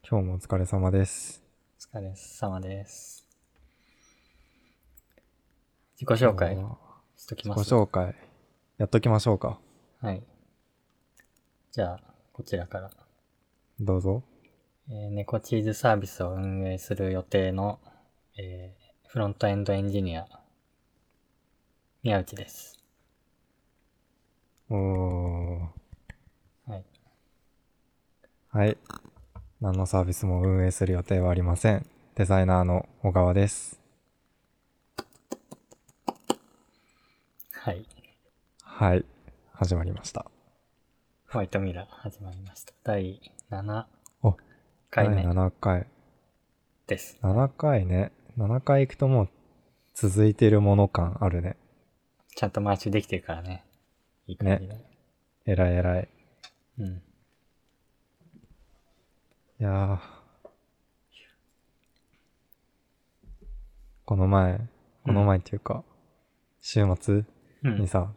今日もお疲れ様です。 お疲れ様です。自己紹介しとき自己ます。 紹介やっときましょうか。 はい。じゃあ、こちらから。 どうぞ。 猫チーズサービスを運営する予定の、フロントエンドエンジニア、宮内です。 おー。 はい。 はい。何のサービスも運営する予定はありません。デザイナーの小川です。 はい。 はい。始まりました。 ホワイトミラー始まりました。第7 お、第回目 7回。 です。 7回ね。7回行くともう続いてるもの感あるね。 ちゃんと毎週できてるからね。いい感じで。 えらいえらい。 うん。 いやー。この前っていうか、週末にさ、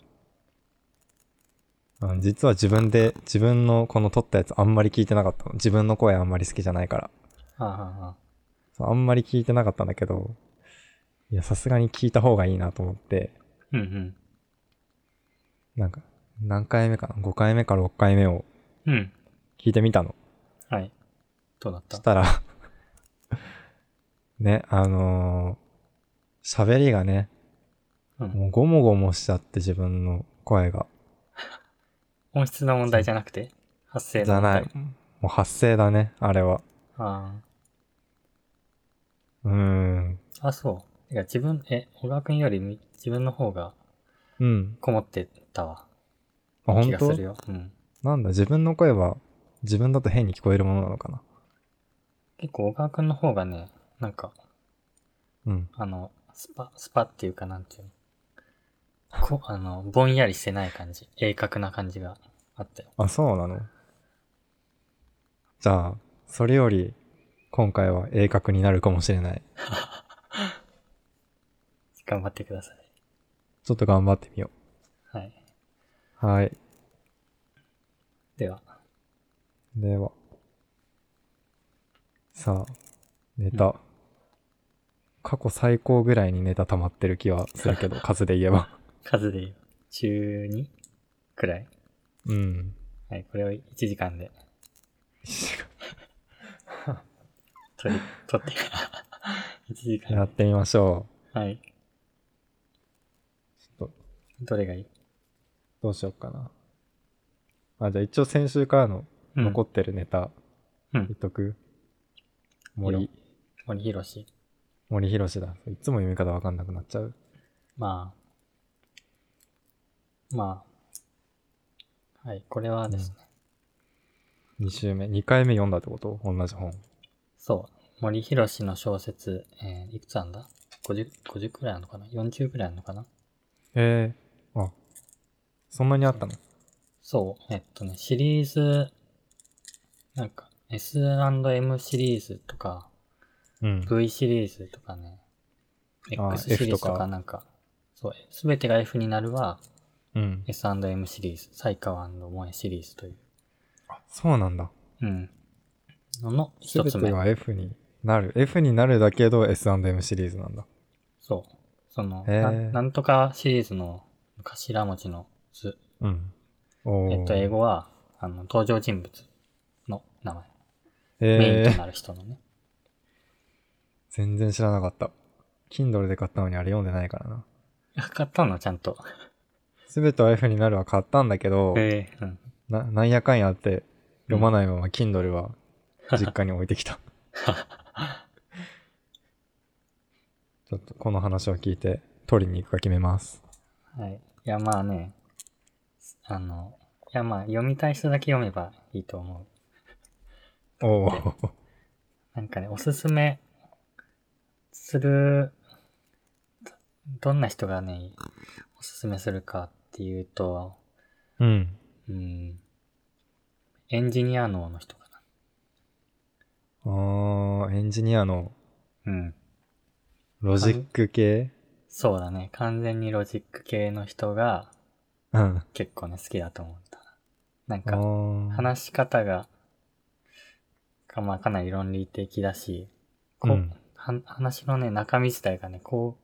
実は自分のこの撮ったやつあんまり聞いてなかったの。自分の声あんまり好きじゃないから。 はあ、はあはあ、 そうあんまり聞いてなかったんだけど、いや、さすがに聞いた方がいいなと思って、 うんうん。 なんか、何回目かな ?5 回目か6回目をうん。 聞いてみたの。 はい。どうだった？ したらね、喋りがね、 うん。 もうゴモゴモしちゃって自分の声が。 音質の問題じゃなくて発声の問題。 じゃない。もう発声だね、あれは。 あうーん。 あ。あ、そう。いや、小川くんより自分の方がうん。 こもってたわ。 あ、 気本当？ がするよ。うん。 なんだ、自分の声は自分だと変に聞こえるものなのかな。 結構小川くんの方がね、なんか、 うん。 スパっていうかなんていうの。ぼんやりしてない感じ。鋭角な感じがあったよ。 あ、そうなの？じゃあ、それより、今回は鋭角になるかもしれない。 頑張ってください。 ちょっと頑張ってみよはい。 う。はい。 では。 では。さあ、ネタ。過去最高ぐらいにネタ溜まってる気はするけど、数で言えば。 数で言う。中 2? くらい。 うん。 はい。これを1時間で撮って1時間で。 やってみましょはい。 う。ちょっと、 どれがいい？ どうしようかな。あ、じゃあ一応先週からの残ってるネタ、 うん。 言っとく。 森博士。 森博士だ。いつも読み方わかんなくなっちゃう。 まあ。はい。これはですね。 2週目。2回目読んだってこと？同じ本。 そう。森博士の小説、いくつあんだ？ 50 くらいあるのかな？ 40 くらいあるのかな？ あ、そんなにあったの？ そう。シリーズ、なんか S&M シリーズとか、 うん。 V シリーズとかね、X シ F リーズとかとか。 なんか、そう、すべてが F になるはうん。 S&M シリーズ、サイカワンの萌えシリーズという、 そうなんだ。 のす一つ目。 べてが F になる。F になるだけど S&M シリーズなんだ。 そう。 へなんとかシリーズの頭文字の図。 うん。お英ー。 語は、登場人物の名前。メインとなる人のね。 全然知らなかった。Kindle で買ったのにあれ読んでないからな。 買ったのちゃんと。 すべては F になるは買ったんだけど、 うん。 なんやかんやって読まないまま Kindle は実家に置いてきた。ちょっとこの話を聞いて取りに行くか決めます。 はい。いや、まあね、読みたい人だけ読めばいいと思う。 おお。 なんかね、おすすめする、どんな人がね、おすすめするかっていうと、 うん。 エンジニア脳の人かエンジニアのな。 ロジック系？ そうだね。完全にロジック系の人がうん。 結構ね、好きだと思った。なんか、 あ話し方がまあかなり論理的だし、話のね、中身自体がね、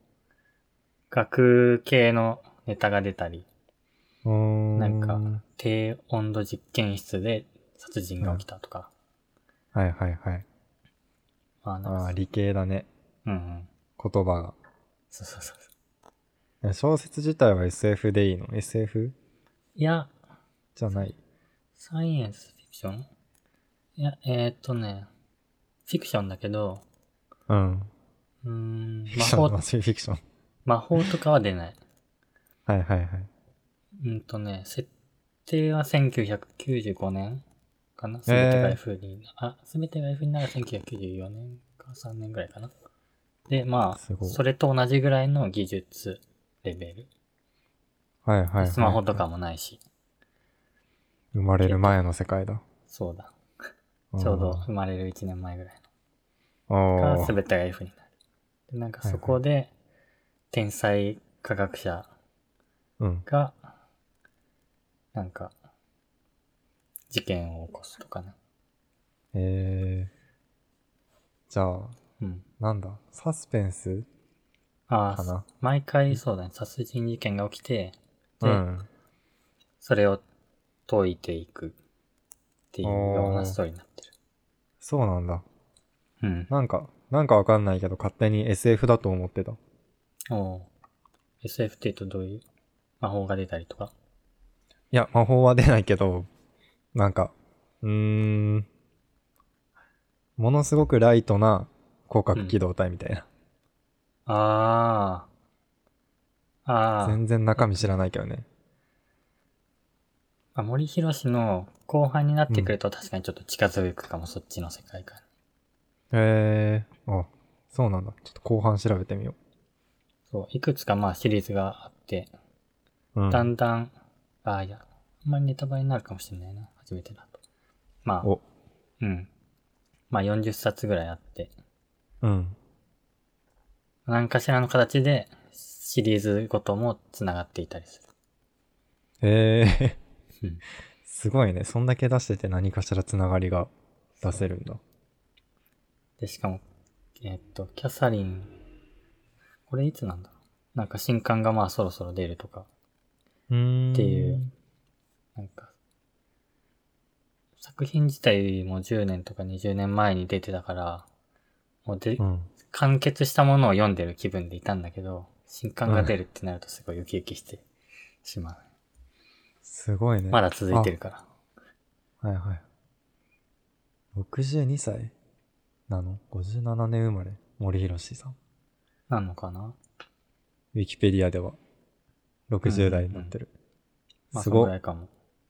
学系のネタが出たり、なんか、低温度実験室で殺人が起きたとか。 はいはいはい。ああ、理系だね。 うんうん。 言葉が。 そうそうそう。 小説自体は SF でいいの？ SF？ いや、 じゃない。 サイエンスフィクション？いや、フィクションだけど、 うん。フィクション、マジフィクション。 魔法とかは出ない。 はいはいはい。 設定は1995年かな？すべてが F に、すべてが F になら1994年か3年ぐらいかな。で、まあ、それと同じぐらいの技術レベル。 はいはいはい、はい。 スマホとかもないし。 生まれる前の世界だ。 そうだ。ちょうど生まれる1年前ぐらいの。が全てが F になる。で、なんかそこで、天才科学者が、なんか、事件を起こすとかね。 じゃあ、なんだ、サスペンスかな？ 毎回そうだね、殺人事件が起きて、で、それを解いていくっていうようなストーリーになってる。 そうなんだ。なんかわかんないけど、勝手に SF だと思ってた。 SF って言うとどういう魔法が出たりとか？ いや、魔法は出ないけど、なんか、ものすごくライトな広角機動隊みたいな。全然中身知らないけどね。 森博の後半になってくると確かにちょっと近づくかも、そっちの世界観。 そうなんだ。ちょっと後半調べてみよう。 そう、いくつかまあシリーズがあって、だんだん、あんまりネタバレになるかもしれないな、初めてだと。まあ、まあ40冊ぐらいあって、何かしらの形でシリーズごとも繋がっていたりする。すごいね。そんだけ出してて何かしら繋がりが出せるんだ。 で、しかも、キャサリン、これいつなんだろう。なんか新刊がまあそろそろ出るとか。っていう、なんか、作品自体も10年とか20年前に出てたから、もう完結したものを読んでる気分でいたんだけど、新刊が出るってなるとすごいウキウキしてしまう。 すごいね。 まだ続いてるから。 はいはい。62歳なの？ 57 年生まれ。森博さん。 なのかな？ ウィキペディアでは60代になってる。 すごい。まあ、そのぐらいかも。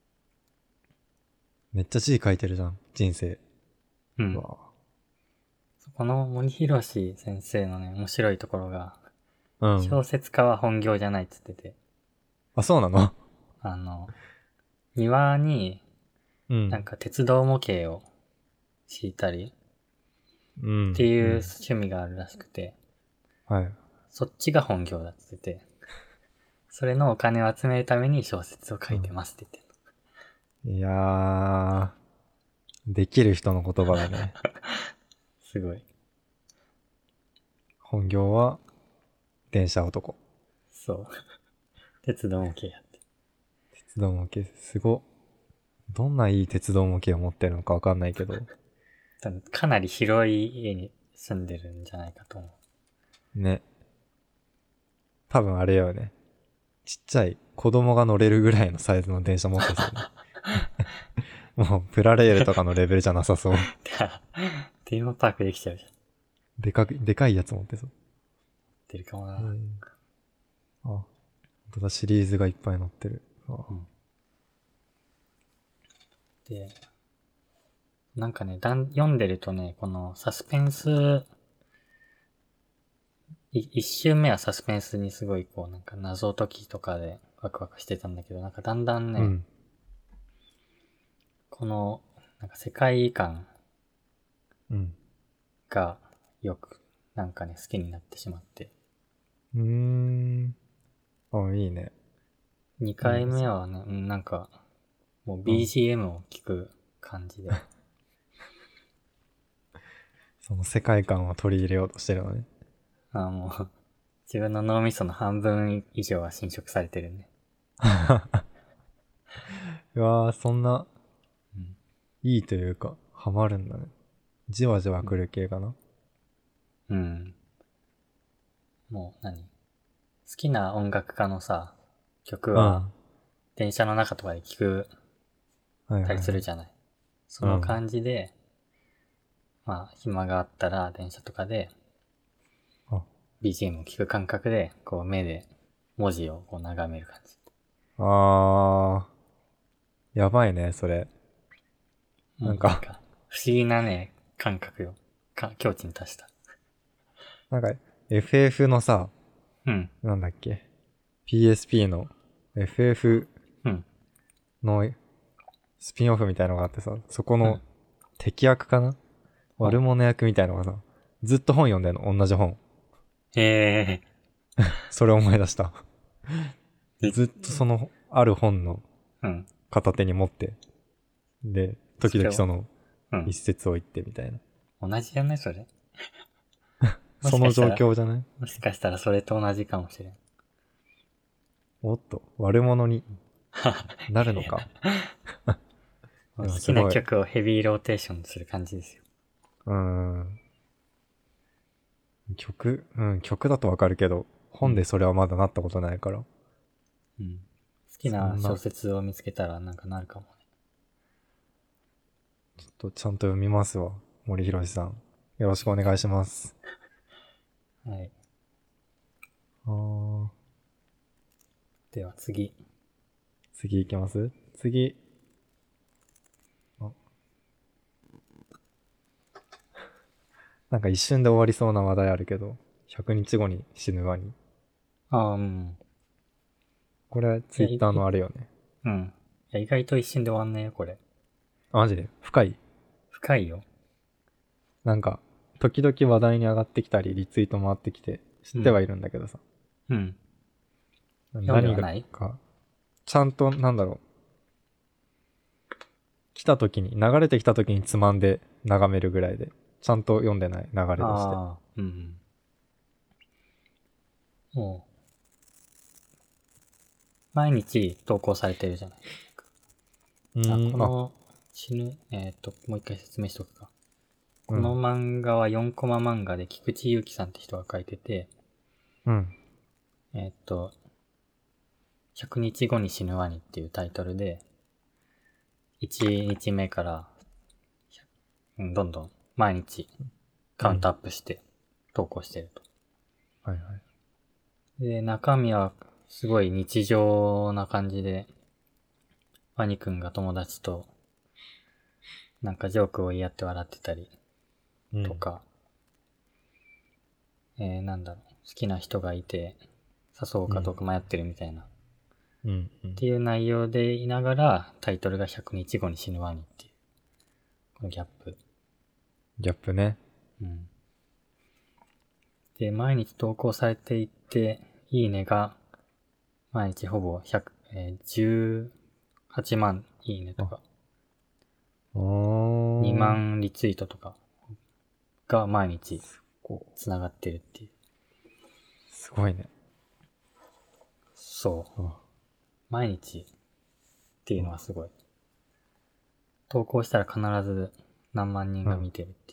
めっちゃ字書いてるじゃん、人生。 この森博先生のね、面白いところが、小説家は本業じゃないって言ってて。 あ、そうなの？ 庭に、なんか鉄道模型を敷いたり、っていう趣味があるらしくて、そっちが本業だって言ってて、それのお金を集めるために小説を書いてますって言ってる。いやー、できる人の言葉だね。 すごい。 本業は、電車男。 そう。鉄道模型やって。 鉄道模型、すご。どんないい鉄道模型を持ってるのかわかんないけど。 かなり広い家に住んでるんじゃないかと思う。ね。多分あれよね。ちっちゃい子供が乗れるぐらいのサイズの電車持ってそうね。もうプラレールとかのレベルじゃなさそう。 テーマパークできちゃうじゃん。 でかいやつ持ってそう。 出るかもな。 本当だ、シリーズがいっぱい載ってる。 で、なんかね、読んでるとね、このサスペンス、一周目はサスペンスにすごいこう、なんか謎解きとかでワクワクしてたんだけど、なんかだんだんね、この、なんか世界観がよく、なんかね、好きになってしまって。 いいね。 2回目はね、なんか、もう BGM を聞く感じで。 その世界観を取り入れようとしてるのね。 もう、自分の脳みその半分以上は侵食されてるね。 うわー、そんな、 うん、 いいというか、ハマるんだね。じわじわ来る系かな。 うん。もう好きな音楽家のさ、曲は、電車の中とかで聴くたりするじゃない。その感じで、まあ、暇があったら電車とかで、BGM を聴く感覚で、こう目で文字をこう眺める感じ。 あー、やばいね、それ。なんか不思議なね、感覚よ。境地に達した。 なんか、FF のさ、 うん。 なんだっけ、PSP の FF のスピンオフみたいのがあってさ、そこの敵役かな、悪者役みたいのがさ、ずっと本読んでんの、同じ本。 へー。それ思い出した。ずっとその、ある本の片手に持って、で、時々その、一節を言ってみたいな。 同じじゃないそれ。 その状況じゃない？ もしかしたらそれと同じかもしれん。 おっと、悪者になるのか。 好きな曲をヘビーローテーションする感じですよ。 曲だとわかるけど、本でそれはまだなったことないから。 うん。好きな小説を見つけたらなんかなるかもね。 ちょっとちゃんと読みますわ。森博さん。よろしくお願いします。 はい。では次行きます？次。なんか一瞬で終わりそうな話題あるけど、100日後に死ぬワニ。 うん。 これ、ツイッターのあれよね。 うん。いや、意外と一瞬で終わんねえよ、これ。 マジで深い？ 深いよ。 なんか、時々話題に上がってきたり、リツイート回ってきて、知ってはいるんだけどさ。 うん。 何がか、ちゃんと、なんだろう。流れてきた時につまんで眺めるぐらいで、ちゃんと読んでない、流れとして。 うん。もう、毎日投稿されてるじゃない。このもう一回説明しとくか。この漫画は4コマ漫画で菊池祐希さんって人が書いてて、100日後に死ぬワニっていうタイトルで、1日目から、どんどん毎日カウントアップして投稿してると。 はいはい。 で、中身はすごい日常な感じで、ワニくんが友達となんかジョークを言い合って笑ってたりとか、なんだろう、好きな人がいて誘うかどうか迷ってるみたいな、っていう内容でいながらタイトルが100日後に死ぬワニっていう、このギャップ。 ギャップね。 で、毎日投稿されていって、いいねが毎日ほぼ18万いいねとか、2万リツイートとかが毎日こう繋がってるっていう。 すごいね。 そう。毎日っていうのはすごい。投稿したら必ず何万人が見てるって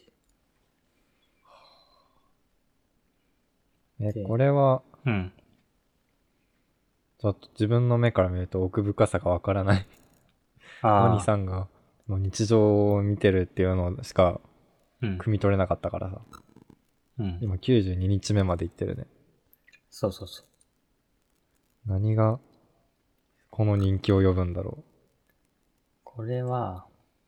いう。これは、 うん。 ちょっと自分の目から見ると奥深さがわからない。ワニさんがの日常を見てるっていうのしか汲み取れなかったからさ。今92日目まで行ってるね。 そうそうそう。 何がこの人気を呼ぶんだろう。 これは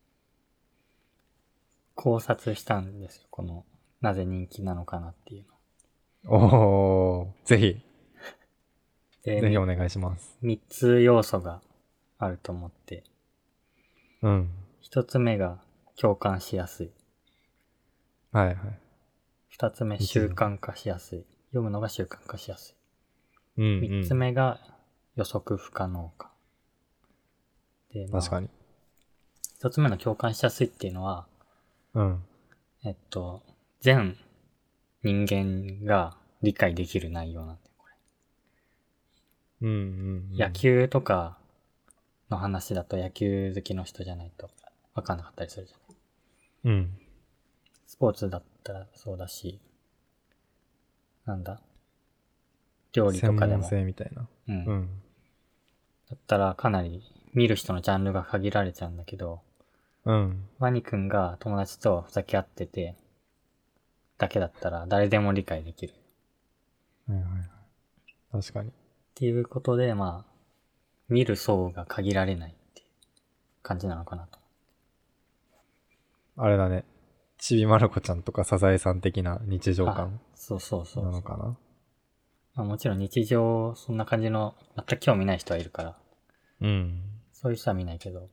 考察したんですよ。このなぜ人気なのかなっていうの。ぜひ。ぜひお願いします。 3つ要素があると思って。1つ目が共感しやすい。 はいはい。 2つ目習慣化しやすい。読むのが習慣化しやすい。3つ目が予測不可能か。 で、確かに。 1つ目の共感しやすいっていうのは、 全人間が理解できる内容なんだよ、これ。野球とかの話だと野球好きの人じゃないと分かんなかったりするじゃない。スポーツだったらそうだし、なんだ料理とかでも。 専門性みたいな。 だったらかなり見る人のジャンルが限られちゃうんだけど、ワニくんが友達とふざけ合ってて、だけだったら誰でも理解できる。 確かに。 っていうことで、まあ、見る層が限られないっていう感じなのかなと。 あれだね。ちびまる子ちゃんとかサザエさん的な日常感そうなのかな。 まあもちろん日常、そんな感じの、全く興味ない人はいるから。そういう人は見ないけど。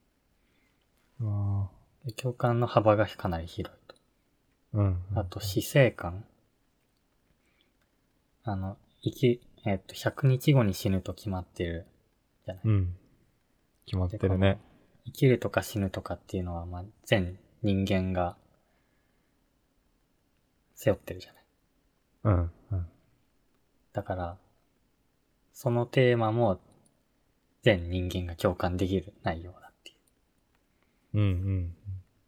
共感の幅がかなり広いと。あと、死生観。100日後に死ぬと決まってるじゃない。 決まってるね。 生きるとか死ぬとかっていうのは、まあ、全人間が背負ってるじゃない。だから、そのテーマも全人間が共感できる内容だっていう。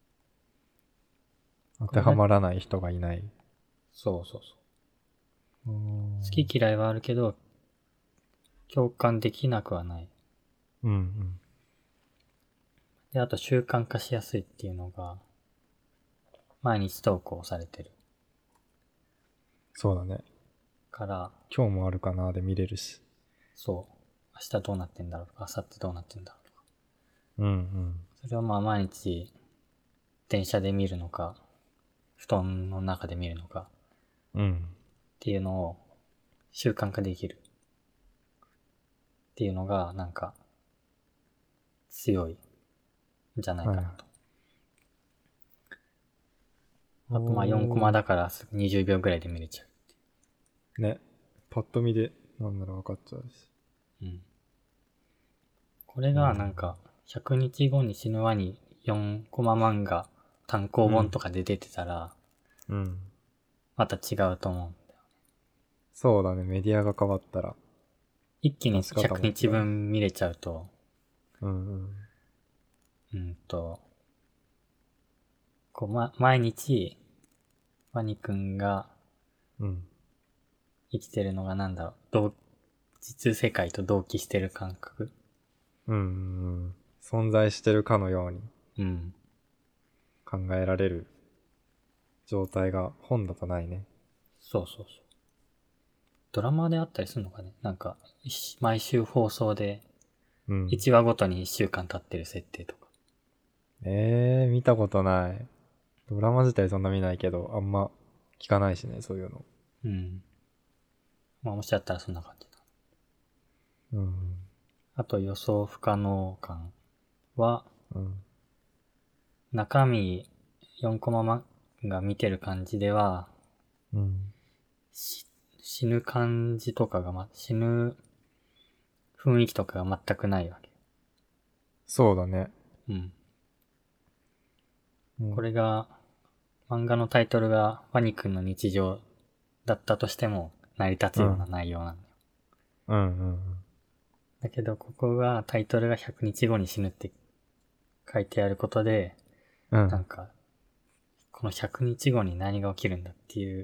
当てはまらない人がいない。 そう。好き嫌いはあるけど、共感できなくはない。で、あと習慣化しやすいっていうのが、毎日投稿されてる。 そうだね。 から、 今日もあるかなで見れるし。 そう。明日どうなってんだろうとか、明後日どうなってんだろうとか。それをまあ毎日、電車で見るのか、布団の中で見るのか、っていうのを習慣化できる。っていうのが、なんか、強いんじゃないかなと。あとまあ4コマだから20秒ぐらいで見れちゃう。 ね。パッと見でなんなら分かっちゃうし。 これがなんか、100日後に死ぬワニ4コマ漫画単行本とかで出てたら、また違うと思うんだよね。 そうだね、メディアが変わったら。 一気に100日分見れちゃうと、毎日、ワニくんが、生きてるのがなんだろう、実世界と同期してる感覚。 存在してるかのように、考えられる状態が本だとないね。 そう。ドラマであったりするのかね。なんか、毎週放送で、1話ごとに1週間経ってる設定とか。 見たことない。ドラマ自体そんな見ないけど、あんま聞かないしね、そういうの。 まあ、もしあったらそんな感じだ。あと予想不可能感は、中身4コマが見てる感じでは、死ぬ感じとかが、死ぬ雰囲気とかが全くないわけ。 そうだね。 これが、漫画のタイトルがワニくんの日常だったとしても成り立つような内容なんだよ。だけど、ここがタイトルが100日後に死ぬって書いてあることで、なんか、この100日後に何が起きるんだっていう、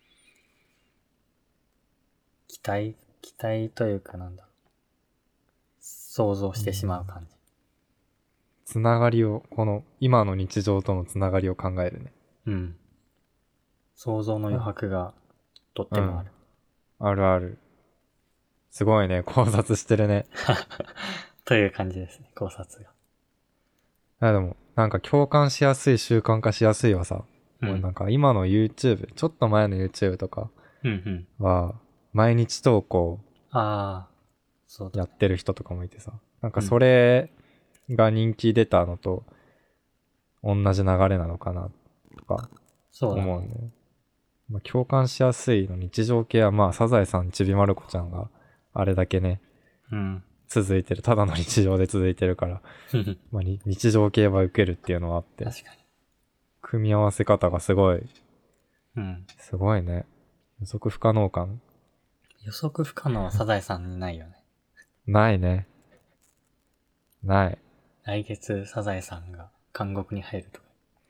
期待というかなんだろう。想像してしまう感じ。 つながりを、この今の日常とのつながりを考えるね。 想像の余白がとってもある。 あるある。すごいね、考察してるね。 という感じですね、考察が。 でも、なんか共感しやすい、習慣化しやすいはさ、なんか今の YouTube、ちょっと前の YouTube とかは、毎日投稿やってる人とかもいてさ、なんかそれが人気出たのと同じ流れなのかなとか思うんだよね。共感しやすいの日常系はまあサザエさんちびまる子ちゃんがあれだけね、続いてる、ただの日常で続いてるからまあ日常系は受けるっていうのはあって、 確かに組み合わせ方がすごいうん。 すごいね。予測不可能感。 予測不可能はサザエさんにないよね。 ないね。ない。 来月サザエさんが監獄に入るとか。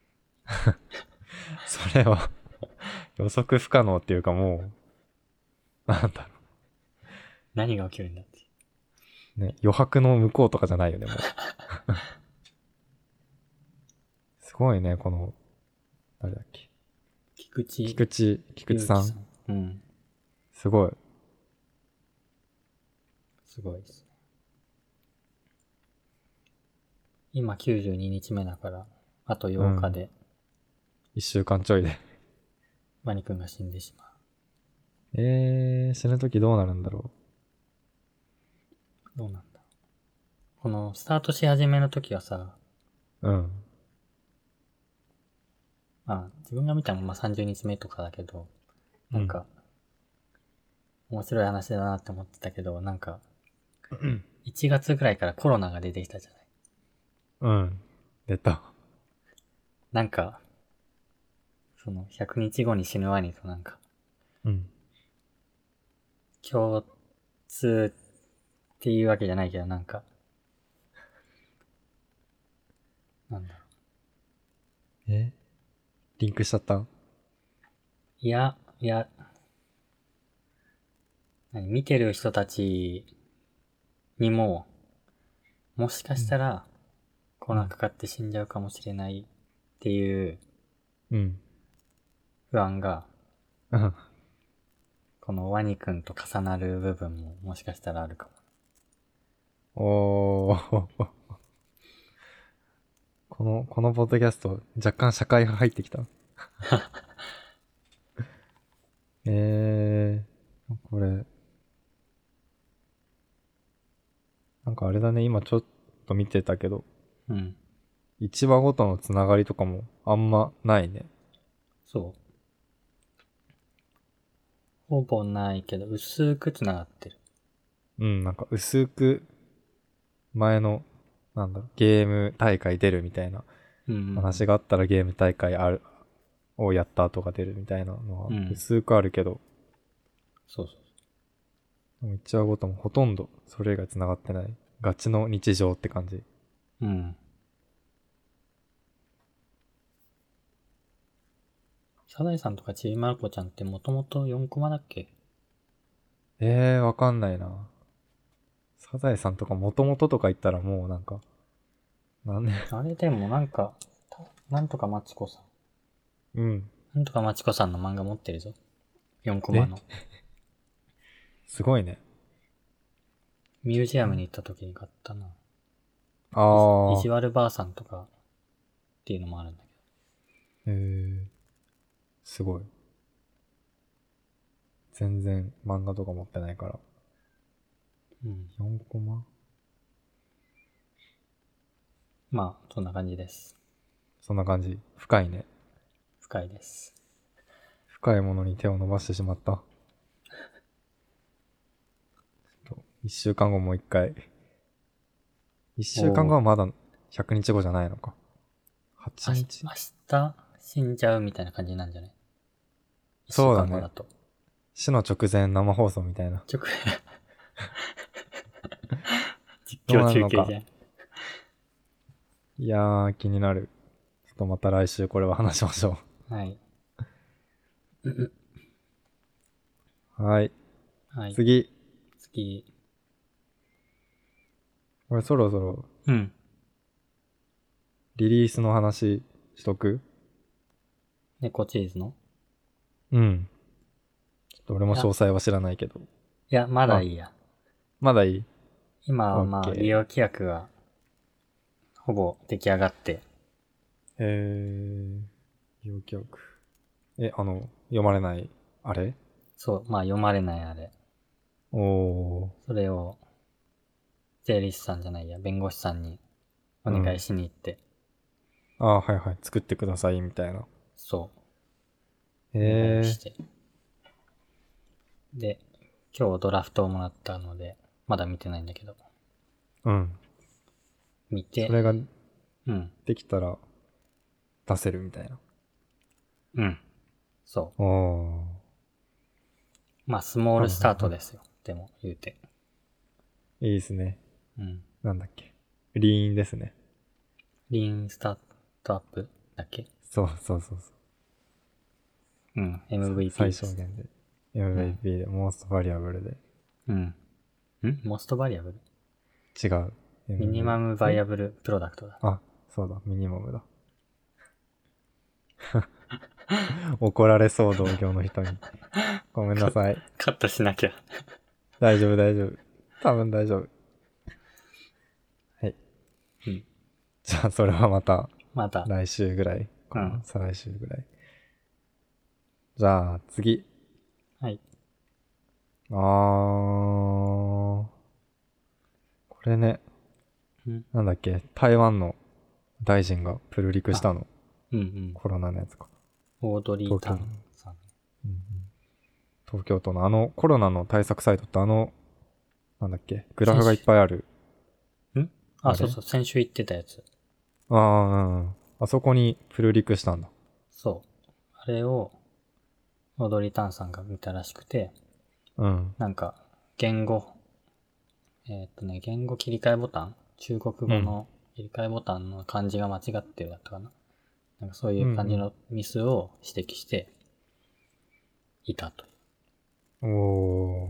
それは予測不可能っていうかもう、なんだろ何が起きるんだって。 う。ね、余白の向こうとかじゃないよね、もう。すごいね、この、誰だっけ。菊池さん。 うん。 すごい。 すごいですね。今92日目だから、あと8日で、 1週間ちょいで。 ワニくんが死んでしまう。 死ぬ時どうなるんだろどうなんだ。このスタートし始めの時はさ、 う。うん。 まあ自分が見たのは30日目とかだけど、なんか、面白い話だなって思ってたけど、なんか、1月ぐらいからコロナが出てきたじゃない。 うん。出た。 なんか、その100日後に死ぬワニとなんか、 うん。 共通っていうわけじゃないけど、なんか、なんだろう。 リンクしちゃった？ いや、見てる人たちにも、もしかしたら、コロナかかって死んじゃうかもしれないっていう不安が、 うん。 このワニくんと重なる部分ももしかしたらあるかも。 おー。このポッドキャスト、若干社会派入ってきた。これ。なんかあれだね、今ちょっと見てたけど、 うん。 1話ごとのつながりとかもあんまないね。 そう。ほぼないけど、薄くつながってる。 うん、なんか薄く、前の、なんだろう、ゲーム大会出るみたいな話があったらゲーム大会をやった後が出るみたいなのは薄くあるけど、 そうそう。 1話ごともほとんどそれ以外繋がってない。ガチの日常って感じ。 うん。サザエさんとかちびまる子ちゃんってもともと4コマだっけ？ わかんないな。サザエさんとかもともととか言ったらもうなんか、 あれでもなんか、なんとかまちこさん。 うん。 なんとかまちこさんの漫画持ってるぞ。4コマの。 すごいね。 ミュージアムに行った時に買ったな。 あ意地悪ばあさんとかっていうのもあるんだけど。すごい。全然漫画とか持ってないから。 うん。 4コマ？ まあ、そんな感じです。 そんな感じ。深いね。 深いです。 深いものに手を伸ばしてしまった。1週間後もう一回。1週間後はまだ100日後じゃないのか。8日？ 明日死んじゃうみたいな感じなんじゃない？ そうだね。死の直前生放送みたいな。 実況中継じゃん。 いやー、気になる。ちょっとまた来週これは話しましょう。はい。 はい。 はい。 次。俺そろそろ。 うん。 リリースの話しとく？ 猫チーズの？ うん。ちょっと俺も詳細は知らないけど。 いや、まだいいや。 まだいい？ 今はまあ、利用規約が、ほぼ出来上がって。 利用規約。読まれない、あれ？ そう、まあ読まれないあれ。それを、税理士さんじゃないや、弁護士さんにお願いしに行って。 はいはい。作ってください、みたいな。 そう。お願いして。で、今日ドラフトをもらったので、まだ見てないんだけど。 うん。 見て。 それが、できたら、出せるみたいな。 うん。 そう。 おー。 まあ、スモールスタートですよ。でも、言うて。 いいですね。 うん。 なんだっけ。リーンですね。 リーンスタートアップだっけ？ そうそうそうそう。 うん。MVP 最ですね。 小限で。MVP で、モーストバリアブルで。 うん。モストバリアブル？ 違う。 ミニマムバイアブルプロダクトだ。 あ、そうだ、ミニマムだ。怒られそう、同業の人に。ごめんなさい。 カットしなきゃ。 大丈夫、大丈夫。多分大丈夫。はい。 うん。 じゃあ、それはまた、 また。 来週ぐらいかな。 うん。 再来週ぐらい。じゃあ、次。 はい。 これね、 うん。 なんだっけ、台湾の大臣がプルリクしたの。 うんうん。 コロナのやつか。 オードリー・タンさん。 うんうん、東京都のコロナの対策サイトってなんだっけ、グラフがいっぱいある。 そうそう、先週言ってたやつ。 うん。あそこにプルリクしたんだ。 そう。あれを、オードリー・タンさんが見たらしくて、 うん。 なんか、言語切り替えボタン、中国語の切り替えボタンの漢字が間違ってるだったかな。なんかそういう感じのミスを指摘していたと。 おー。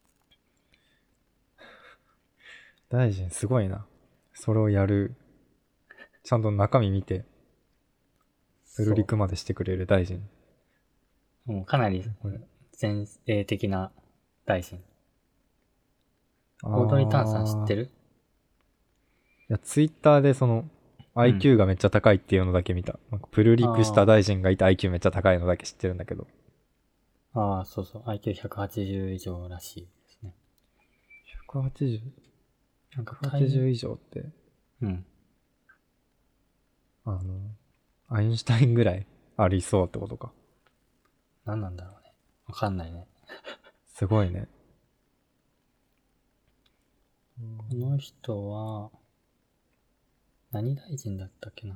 大臣すごいな。それをやる。ちゃんと中身見て、プルリクまでしてくれる大臣。 もうかなり前衛的な大臣。オードリー・タンさん知ってる？ いや、ツイッターでIQ がめっちゃ高いっていうのだけ見た。なんかプルリクした大臣がいて IQ めっちゃ高いのだけ知ってるんだけど。 そうそう。IQ180 以上らしいですね。 180? なんか 180以上って、 うん。 アインシュタインぐらいありそうってことか。 何なんだろうね。わかんないね。 すごいね。 この人は、何大臣だったっけな？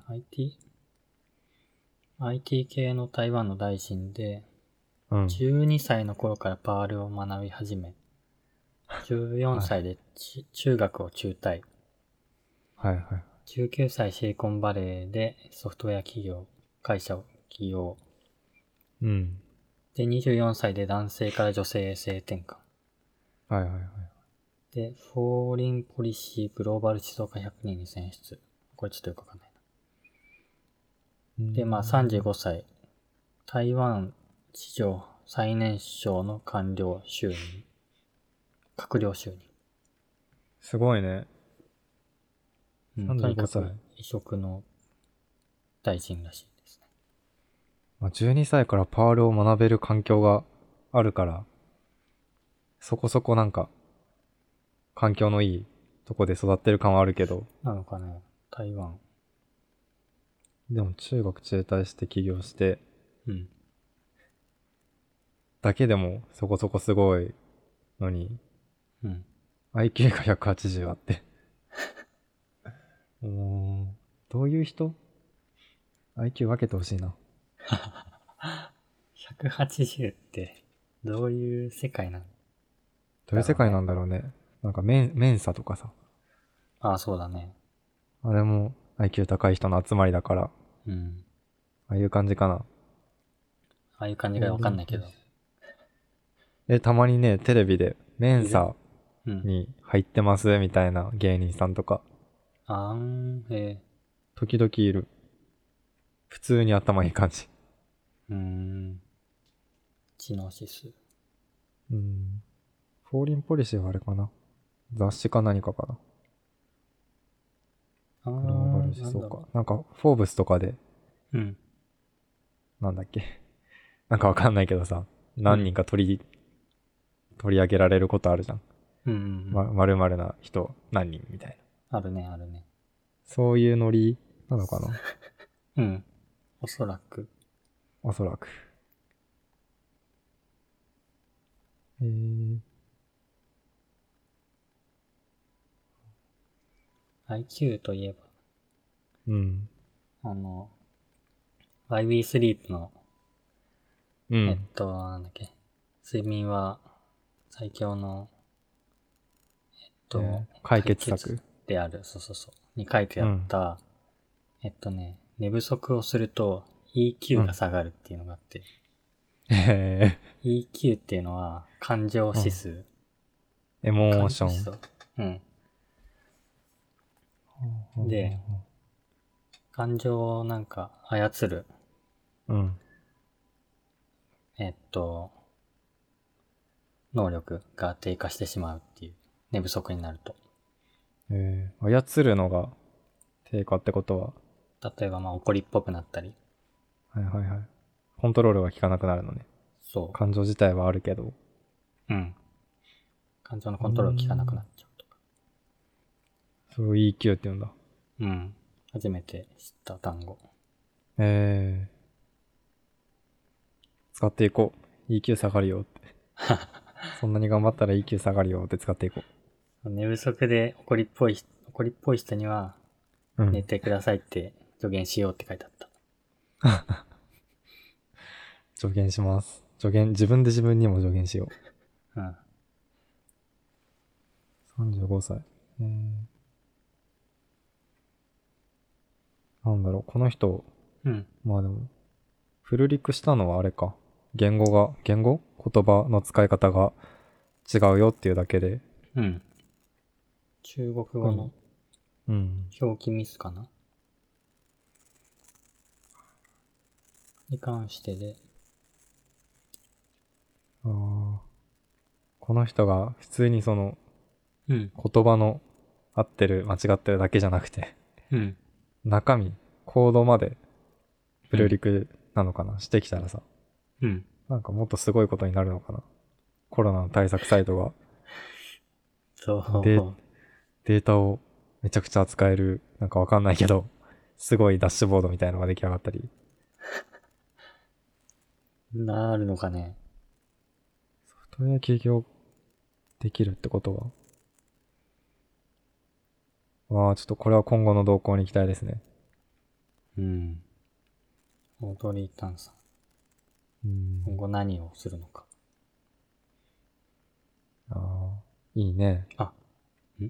IT 系の台湾の大臣で、 うん。 12歳の頃からパールを学び始め、14歳で、中学を中退。 はいはい。 19歳シリコンバレーでソフトウェア会社を起業。 うん。 で、24歳で男性から女性へ性転換。 はいはいはい。 で、フォーリンポリシーグローバル指導家100人に選出。これちょっとよくわかんないな。で、まあ35歳。台湾史上最年少の閣僚就任。 すごいね。 とにか 35歳。 く異色の大臣らしいですね。 まあ、12歳からパールを学べる環境があるから、そこそこなんか、環境のいいとこで育ってる感はあるけど。 なのかね、台湾。 でも中学中退して起業して、 うん。 だけでもそこそこすごいのに、 うん。 IQ が180あって。どういう人？ IQ 分けてほしいな。 180ってどういう世界なの？ どういう世界なんだろうね。なんかメンサとかさ。 そうだね。 あれも IQ 高い人の集まりだから。 うん。 ああいう感じかな。 ああいう感じがわかんないけど。 たまにね、テレビでメンサうん。 に入ってますみたいな芸人さんとか、時々いる。普通に頭いい感じ。 知能指数。 フォーリンポリシーはあれかな。雑誌か何かかな。グローバル思想か。なんか、フォーブスとかで、なんだっけ。なんかわかんないけどさ、何人か取り上げられることあるじゃん。〇〇な人何人みたいな。あるね、あるね。 そういうノリなのかな。 うん。おそらく。 おそらく。 IQ といえば。 うん。 YB スリープのうん。 なんだっけ。睡眠は最強の、 解決策。 である。そうそうそう。に書いてあっうん。 た、寝不足をすると EQ がうん。 下がるっていうのがあって、 え EQ っていうのは感情うん。 指数。 エモー感ション。 情指数。うん。で、感情をなんか操る、 うん。 えっと、能力が低下してしまうっていう。寝不足になると。 操るのが低下ってことは、 例えば怒りっぽくなったり。 はいはいはい。コントロールが効かなくなるのね。 そ感情自体はあるけど。 う。うん。感情のうーコントロール効かなくなん。 っちゃうとか。 それを EQ って言うんだ。 うん。初めて知った単語。 え使っていこう。EQ 下がるよって。そんなに頑張ったら EQ 下がるよって使っていこ寝不足で怒りっぽい人には、 う。うん。 寝てくださいって助言しようって書いてあった。 助言します。自分で自分にも助言しようん。 う。35歳。なんだろう、この人、 うん。 まあでも、フルリクしたのはあれか。言語言葉の使い方が違うよっていうだけで。 うん。中国特に。 語のうん。 表記ミスかなに関してで。 ああ。この人が普通にそのうん。 言葉の合ってる、間違ってるだけじゃなくて、 うん。 中身、コードまでフうん。 ルリクなのかなしてきたらさ、 うん。 なんかもっとすごいことになるのかな。コロナの対策サイトがそデデータをめちゃくちゃ扱える、なんかわかんないけど、すごいダッシュボードみたいなのが出来上がったり、 う。なるのかね。 ソフトウェア起業できるってことは、わあ、ちょっとこれは今後の動向に期待ですね。 うん。オードリー・タンさん。 うん。 今後何をするのか。 ああ、いいね。 あ、ん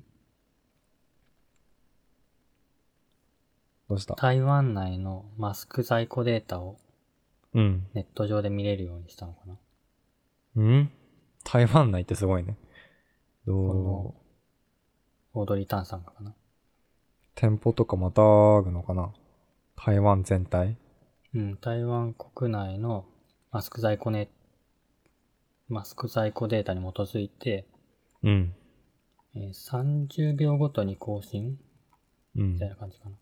どうした？ 台湾内のマスク在庫データをうん。 ネット上で見れるようにしたのかな。 ん台湾内ってすごいね。 この、 どう、 オードリー・タンさんがかな。 店舗とかまたぐのかな？台湾全体？ うん、台湾国内のマスク在庫ね、マスク在庫データに基づいて、 うん。 30秒ごとに更新みたいうん。 な感じかな。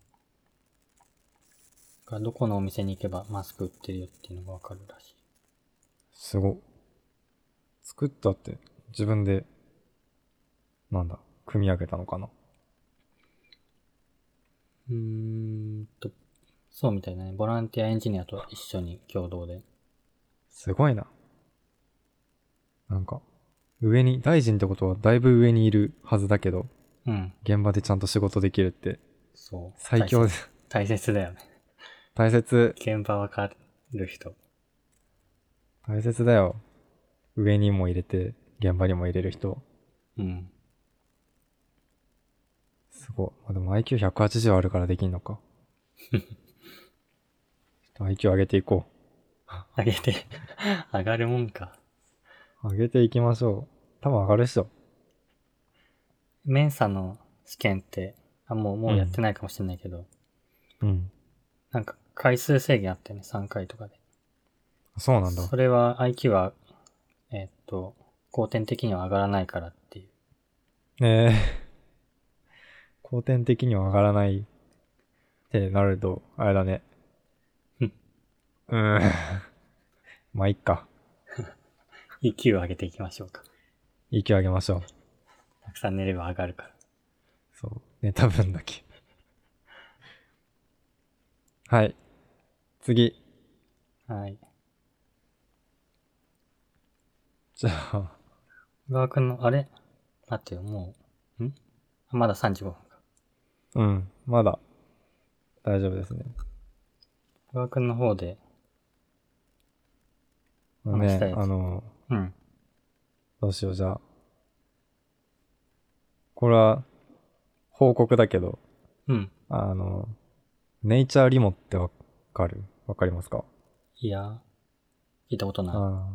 どこのお店に行けばマスク売ってるよっていうのがわかるらしい。 すご。作ったって自分で、なんだ、組み上げたのかな？ うーんと、そうみたいなね。ボランティアエンジニアと一緒に共同で。 すごいな。なんか、上に、大臣ってことはだいぶ上にいるはずだけど、 うん。 現場でちゃんと仕事できるって、 そう。 最強で、 大切だよね。 大切、 現場わかる人。 大切だよ。上にも入れて、現場にも入れる人。 うん。 すごい。まあ、でも IQ180 あるからできんのか。ちょっと IQ 上げていこ上げて上がるもんか。 う。上げていきましょう。多分上がるっしょ。 メンサの試験って、もうやってないかもしれないけど、 うん。 なんか回数制限あったよね、3回とかで。 そうなんだ。 それは IQ は、後天的には上がらないからっていう。 後天的には上がらないってなると、あれだね。 うん。 うーん。まあ、いっか。 EQ を上げていきましょうか。 息を上げましょう。 たくさん寝れば上がるから。 そう。寝た分だけ。はい。次。 はい。 じゃあ、 小川くんの、あれ待ってよ、もう、まだ35分か。 うん。まだ、大丈夫ですね。 小川くんの方で、 ね、 うん。 どうしよう、じゃあ。これは、報告だけど、 うん。 ネイチャーリモってわかりますか？ いや、聞いたことない。 あ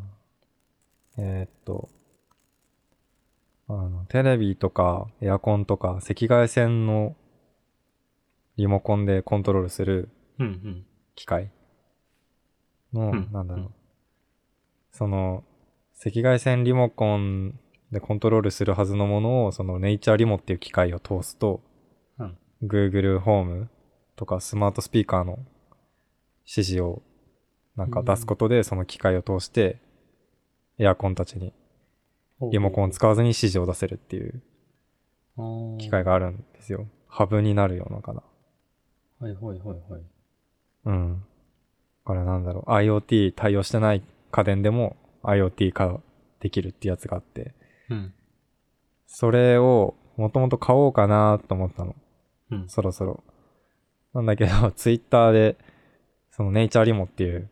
テレビとかエアコンとか赤外線のリモコンでコントロールするうんうん。 機械の、 うん。 なんだろう。 うん。 その、赤外線リモコンでコントロールするはずのものを、そのネイチャーリモっていう機械を通すと、 うん。 Google ホームとかスマートスピーカーの指示をなんか出すことで、その機械を通してエアコンたちにリモコンを使わずに指示を出せるっていう機械があるんですよ。ハブになるようなかな。 はいはいはいはい。 うん。だからなんだろう、IoT 対応してない家電でも IoT 化できるってやつがあって、 うん。 それをもともと買おうかなと思ったの。 うん。 そろそろ。なんだけど、ツイッターで、そのネイチャーリモっていう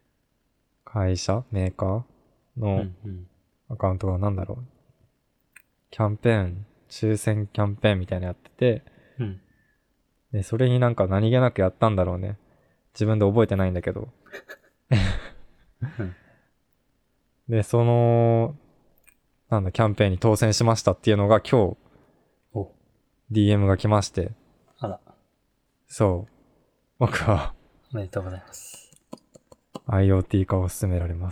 メーカーのうんうん。 アカウントがなんだろう。抽選キャンペーンみたいなのやってて、 うん。 で、それになんか何気なくやったんだろうね。自分で覚えてないんだけど。 うん。 で、キャンペーンに当選しましたっていうのが今日、 お、 DM が来まして、 あら、 そう。僕はおめでとうございます。 IoT 化を進められます。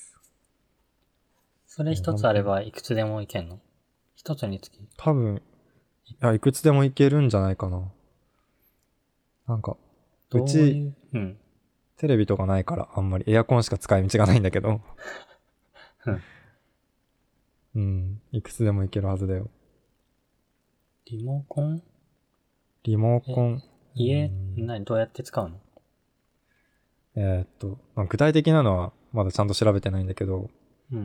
それ一つあればいくつでもいけんの？一つにつき。 多分、いくつでもいけるんじゃないかな。なんか、うち、 うん。 テレビとかないからあんまりエアコンしか使い道がないんだけど。 うん。 うん。いくつでもいけるはずだよ。 リモコン？ リモコン。 どうやって使うの？ 具体的なのはまだちゃんと調べてないんだけど、 うん。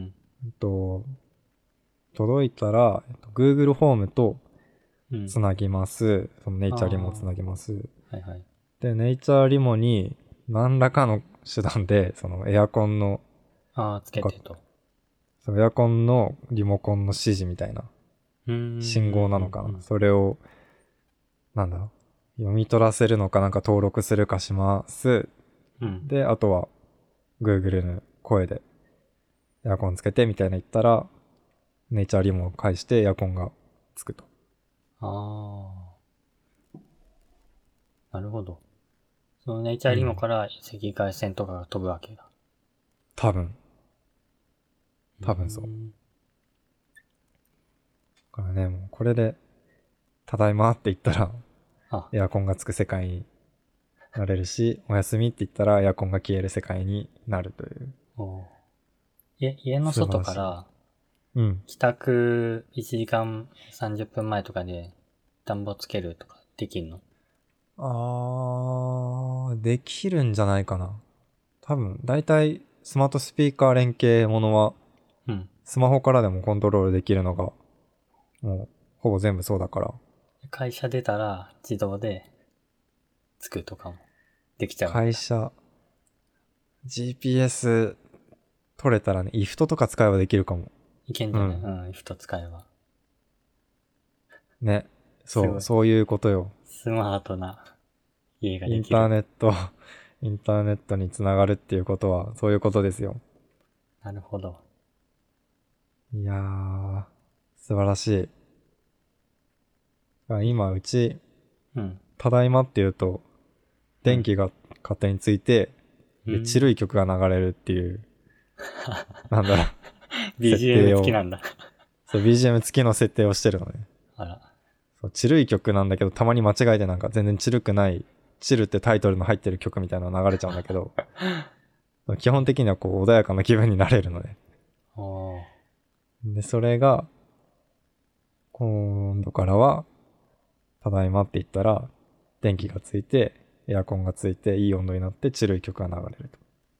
届いたら、Google ホームとうん。 つなぎます。そのネイチャーリモをつなぎます。 はいはい。 で、ネイチャーリモに何らかの手段で、そのエアコンの、 つけてと。 そのエアコンのリモコンの指示みたいな、信号なのかな。それを、読み取らせるのかなんか登録するかします。 うん。 で、あとは Google の声でエアコンつけてみたいな言ったら、ネイチャーリモを返してエアコンがつくと。 ああ。なるほど。そのネイチャーリモから赤外線とかが飛ぶわけだ。 多分そう。だからね、もうこれで、ただいまって言ったら、エアコンがつく世界になれるし、おやすみって言ったらエアコンが消える世界になるという。 家の外から、帰宅1時間30分前とかで暖房つけるとかできんの？ できるんじゃないかな。多分、だいたいスマートスピーカー連携ものは、スマホからでもコントロールできるのが、もう、ほぼ全部そうだから。 会社出たら自動でつくとかもできちゃう。 会社、GPS 取れたらね、IFT とか使えばできるかも。 いけんじゃない？IFT 使えば。 ね。そういうことよ。 スマートな家ができる。 インターネットにつながるっていうことは、そういうことですよ。 なるほど。 いやー、素晴らしい。今、うち、ただいまって言うと、電気が勝手について、で、チルい曲が流れるっていう、 BGM 付きなんだ。 そう、BGM 付きの設定をしてるのね。 あら。 そう、チルい曲なんだけど、たまに間違えてなんか全然チルくない、チルってタイトルの入ってる曲みたいなの流れちゃうんだけど、基本的にはこう、穏やかな気分になれるのね。で、それが、今度からは、ただいまって言ったら、電気がついて、エアコンがついて、いい温度になって、チルい曲が流れると。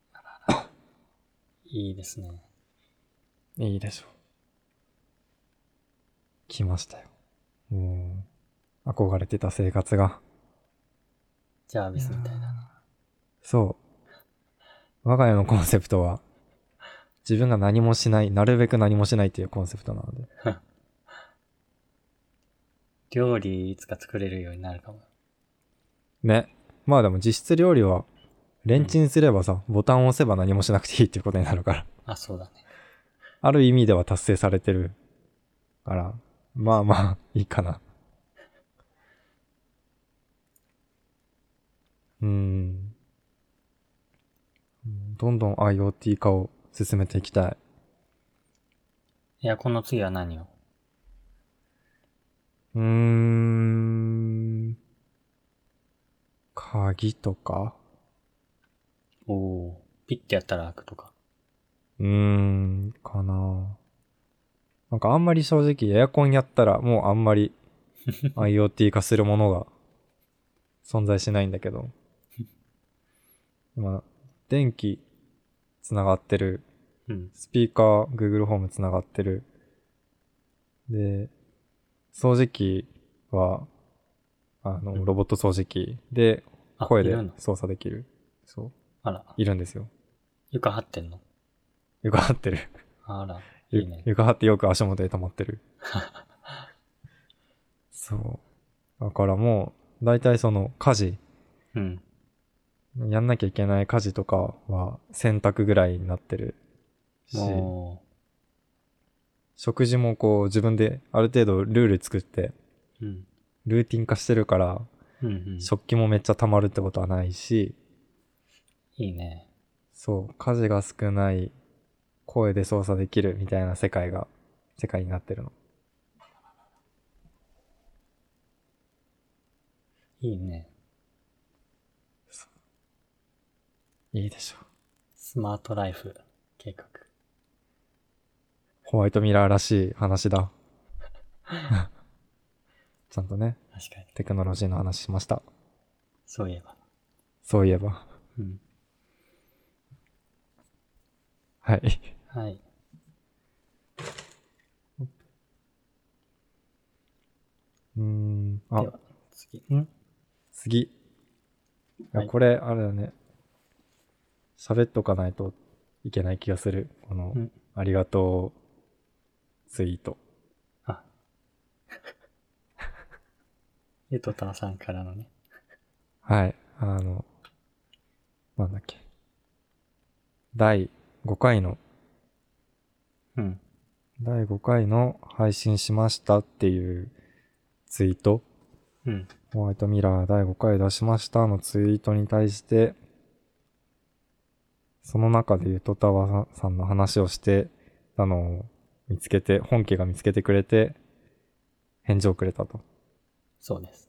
いいですね。 いいでしょう。来ましたよ。もう、憧れてた生活が。 ジャービスみたいだな。 そう。我が家のコンセプトは、 自分が何もしない、なるべく何もしないっていうコンセプトなので。 料理いつか作れるようになるかも。 ね。まあでも実質料理は、レンチンすればさ、ボタンを押せば何もしなくていいっていうことになるから。 あ、そうだね。 ある意味では達成されてるから、まあまあ、いいかな。どんどん IoT 化を進めていきたい。 エアコンの次は何を？ 鍵とかおー、ピッてやったら開くとか。 かな。なんかあんまり正直エアコンやったらもうあんまり IoT 化するものが存在しないんだけど。今、電気つながってる。スピーカー、Google ホームつながってる。で、掃除機は、ロボット掃除機で声で操作できる。そう。 あら。 いるんですよ。 床張ってんの？ 床張ってる。 あら、いいね。 床張ってよく足元で止まってる。そう。だからもう、だいたいその家事。やんなきゃいけない家事とかは洗濯ぐらいになってるし、食事もこう自分である程度ルール作って、ルーティン化してるから、食器もめっちゃ溜まるってことはないし、 いいね。 そう、家事が少ない、声で操作できるみたいな世界になってるの。 いいね。 いいでしょ。 スマートライフ計画。 ホワイトミラーらしい話だ。ちゃんとね。 確かに。 テクノロジーの話しました。 そういえば。 そういえば。はい。 はい。では、次。 はい、これ、あれだね。喋っとかないといけない気がする。この、ありがとうツイート。 あ。ゆとたさんからのね。 はい。なんだっけ。第5回の、第5回の配信しましたっていうツイート。ホワイトミラー第5回出しましたのツイートに対して、その中でゆとたわさんの話をしてたのを見つけて、本家が見つけてくれて、返事をくれたと。 そうです。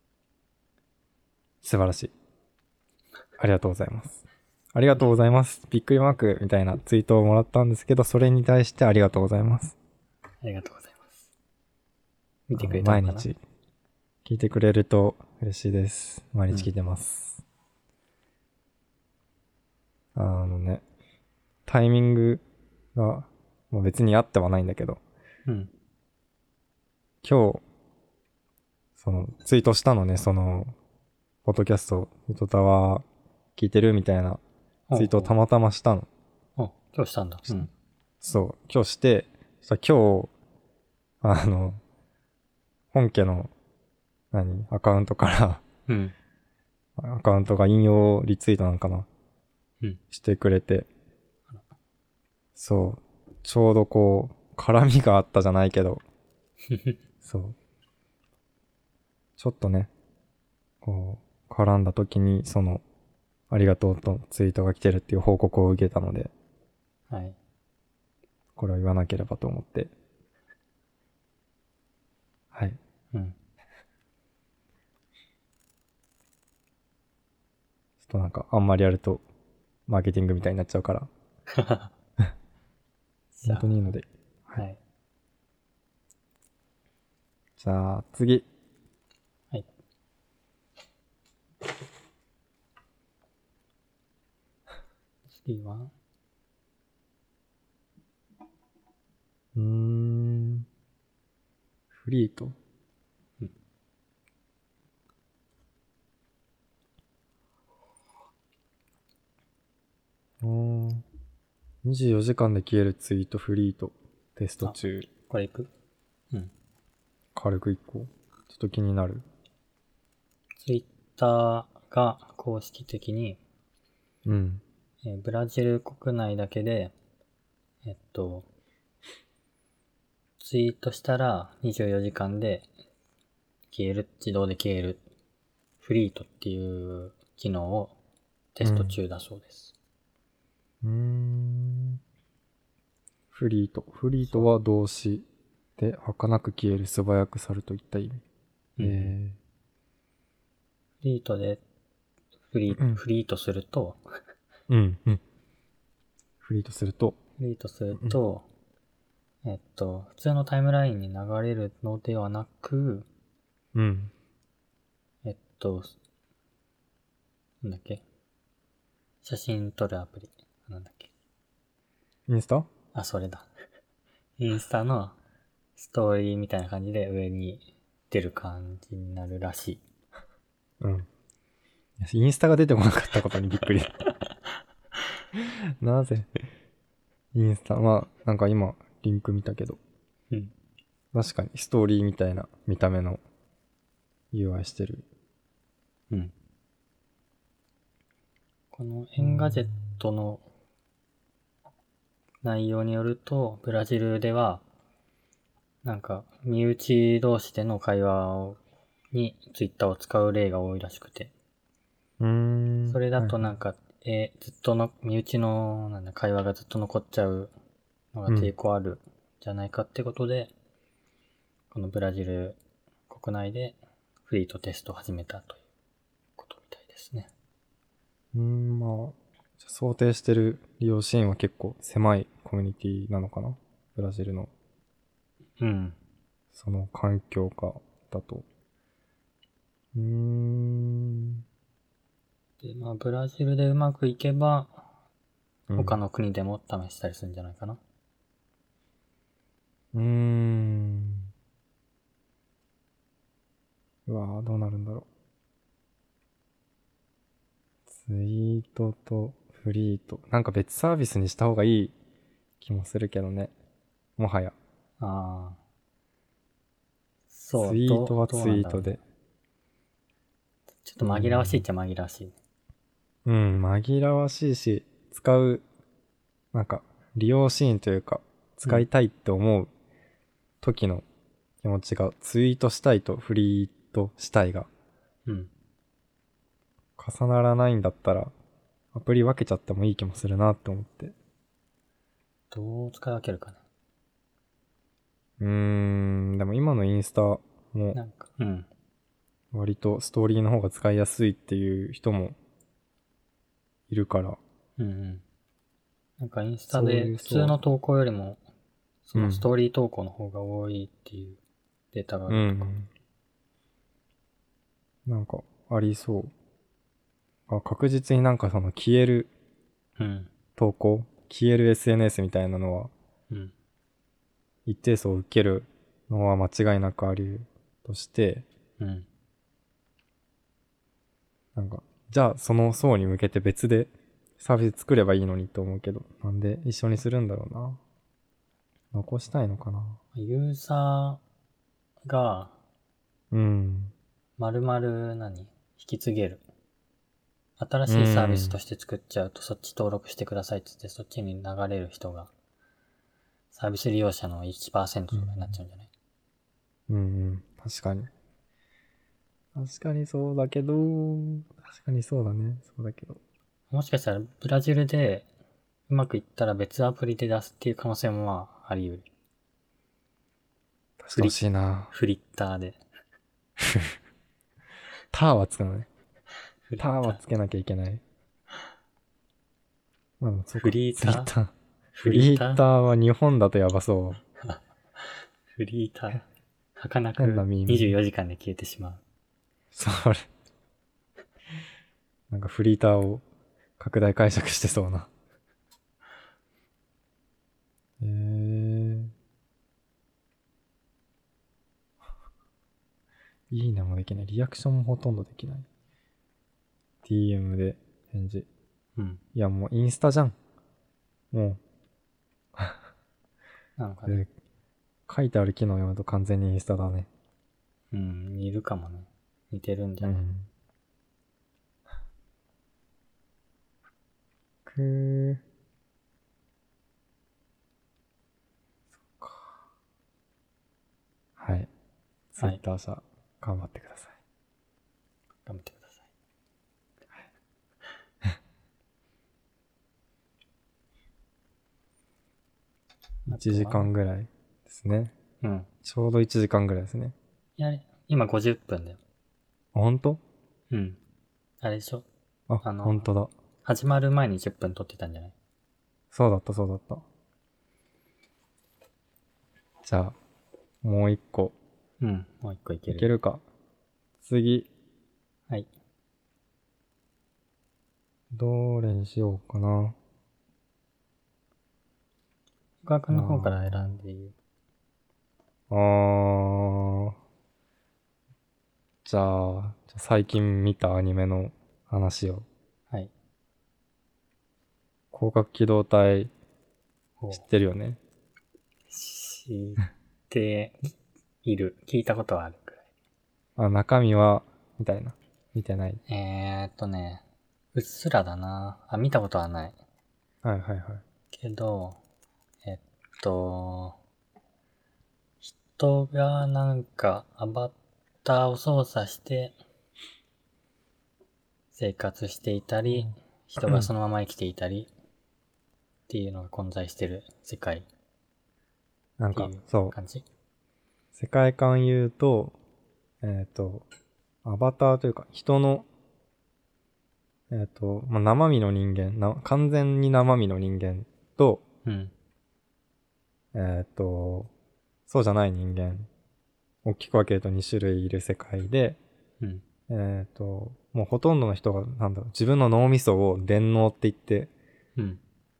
素晴らしい。ありがとうございます。ありがとうございます。びっくりマークみたいなツイートをもらったんですけど、それに対してありがとうございます。 ありがとうございます。見てくれたのかな？ 毎日聞いてくれると嬉しいです。毎日聞いてます。タイミングが、もう別にあってはないんだけど、今日、ツイートしたのね、ポッドキャスト、ゆとたわ聞いてるみたいなツイートをたまたましたの。 今日したんだ。 そう、今日して、今日、本家の、アカウントから、アカウントが引用リツイートなんかな、してくれて、そう、ちょうどこう、絡みがあったじゃないけど、そう。ちょっとね、こう、絡んだ時に、ありがとうとツイートが来てるっていう報告を受けたので、 はい。 これを言わなければと思って。はい。ちょっとなんか、あんまりやると、マーケティングみたいになっちゃうから。本当にいいので。 はい。 じゃあ、次。 はい。次はフリート。 24時間で消えるツイートフリートテスト中。 これいく？うん。 軽く1個。ちょっと気になる。 ツイッターが公式的に、 うん。 ブラジル国内だけで、ツイートしたら24時間で消える、自動で消える、フリートっていう機能をテスト中だそうです。 フリート。フリートは動詞で、儚く消える、素早く去るといった意味。 フリートで、フリートすると、 フリートすると、 普通のタイムラインに流れるのではなく、なんだっけ、写真撮るアプリ。なんだっけ。 インスタ？ あ、それだ。インスタのストーリーみたいな感じで上に出る感じになるらしい。 インスタが出てこなかったことにびっくり。なぜ？インスタ、まあ、なんか今、リンク見たけど。確かに、ストーリーみたいな見た目の UI してる。 このエンガジェットの内容によると、ブラジルでは、なんか、身内同士での会話にツイッターを使う例が多いらしくて。それだとなんか、ずっとの、身内の会話がずっと残っちゃうのが抵抗あるんじゃないかってことで、このブラジル国内でフリートテストを始めたということみたいですね。 まあ、想定してる利用シーンは結構狭いコミュニティなのかな？ブラジルの。その環境下だと。 で、まあ、ブラジルでうまくいけば、他の国でも試したりするんじゃないかな。 うわぁ、どうなるんだろう。ツイートとフリート。なんか別サービスにした方がいい気もするけどね。もはや。 そう。 ツイートはツイートで。 ちょっと紛らわしいっちゃ紛らわしい。 紛らわしいし、使う、なんか、利用シーンというか、使いたいって思う時の気持ちが、ツイートしたいとフリートしたいが、重ならないんだったら、アプリ分けちゃってもいい気もするなって思って。 どう使い分けるかな。 でも今のインスタも、割とストーリーの方が使いやすいっていう人もいるから。 なんかインスタで普通の投稿よりも、そのストーリー投稿の方が多いっていうデータがあるとか。 なんかありそう。確実になんかその消える投稿、消える SNS みたいなのは、一定数受けるのは間違いなくあるとして、なんか、じゃあその層に向けて別でサービス作ればいいのにと思うけど、なんで一緒にするんだろうな。残したいのかな。 ユーザーが、丸々引き継げる。新しいサービスとして作っちゃうと、そっち登録してくださいって言って、そっちに流れる人が、サービス利用者の 1% とかになっちゃうんじゃない？ 確かに。確かにそうだけど、確かにそうだね。そうだけど。 もしかしたら、ブラジルでうまくいったら別アプリで出すっていう可能性もまあ、あり得る。 出してほしいな。 フリッターで。 ターはつくのね。ターはつけなきゃいけない。まあ、そうか。 フリーターフリーターは日本だとやばそう。 フリーター。儚く24時間で消えてしまう。 それ。なんかフリーターを拡大解釈してそうな。いいねもできない。リアクションもほとんどできない。DM で返事。いやもうインスタじゃん。もなのかね。 書いてある機能を読むと完全にインスタだね。 うん、似るかもね。似てるんじゃない？ そっか。はい。ツイッター社、頑張ってください。 頑張ってください。 1時間ぐらいですね。 うん。 ちょうど1時間ぐらいですね。 いや、今50分だよ。 あ、ほんと？ うん。あれでしょ？ あ、ほんとだ。 始まる前に10分撮ってたんじゃない？ そうだった。じゃあ、もう一個。 うん、もう一個いける。 いけるか。次。 はい。 どれにしようかな。 岡君の方から選んでいい？ じゃあ、最近見たアニメの話を。 はい。 広角機動隊、知ってるよね？ 知っている。聞いたことはあるくらい。 あ、中身は、みたいな。見てない。 うっすらだな。あ、見たことはない。 はい。 けど、人がなんかアバターを操作して生活していたり、人がそのまま生きていたりっていうのが混在してる世界なんか、そう。 感じ？ 世界観言うと、アバターというか、人の、生身の人間、完全に生身の人間と、 うん。 そうじゃない人間、大きく分けると2種類いる世界で、 うん。 もうほとんどの人が、自分の脳みそを電脳って言って、 うん。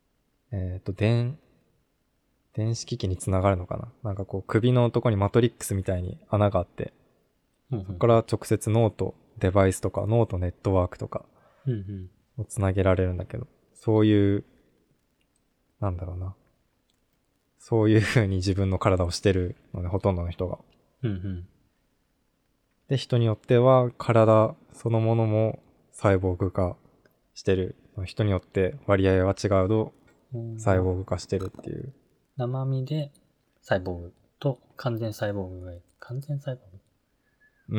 電子機器につながるのかな？なんかこう首のとこにマトリックスみたいに穴があって、 うん。 そこから直接脳とデバイスとか脳とネットワークとかうんをつなげられるんだけど、そういう、なんだろうな。そういう風に自分の体をしてるので、ほとんどの人が。 うん。うんで、人によっては体そのものもサイボーグ化してる。人によって割合は違うと、サイボーグ化してるっていう。 生身でサイボーグと完全サイボーグがいる。完全サイボーグ？ うん、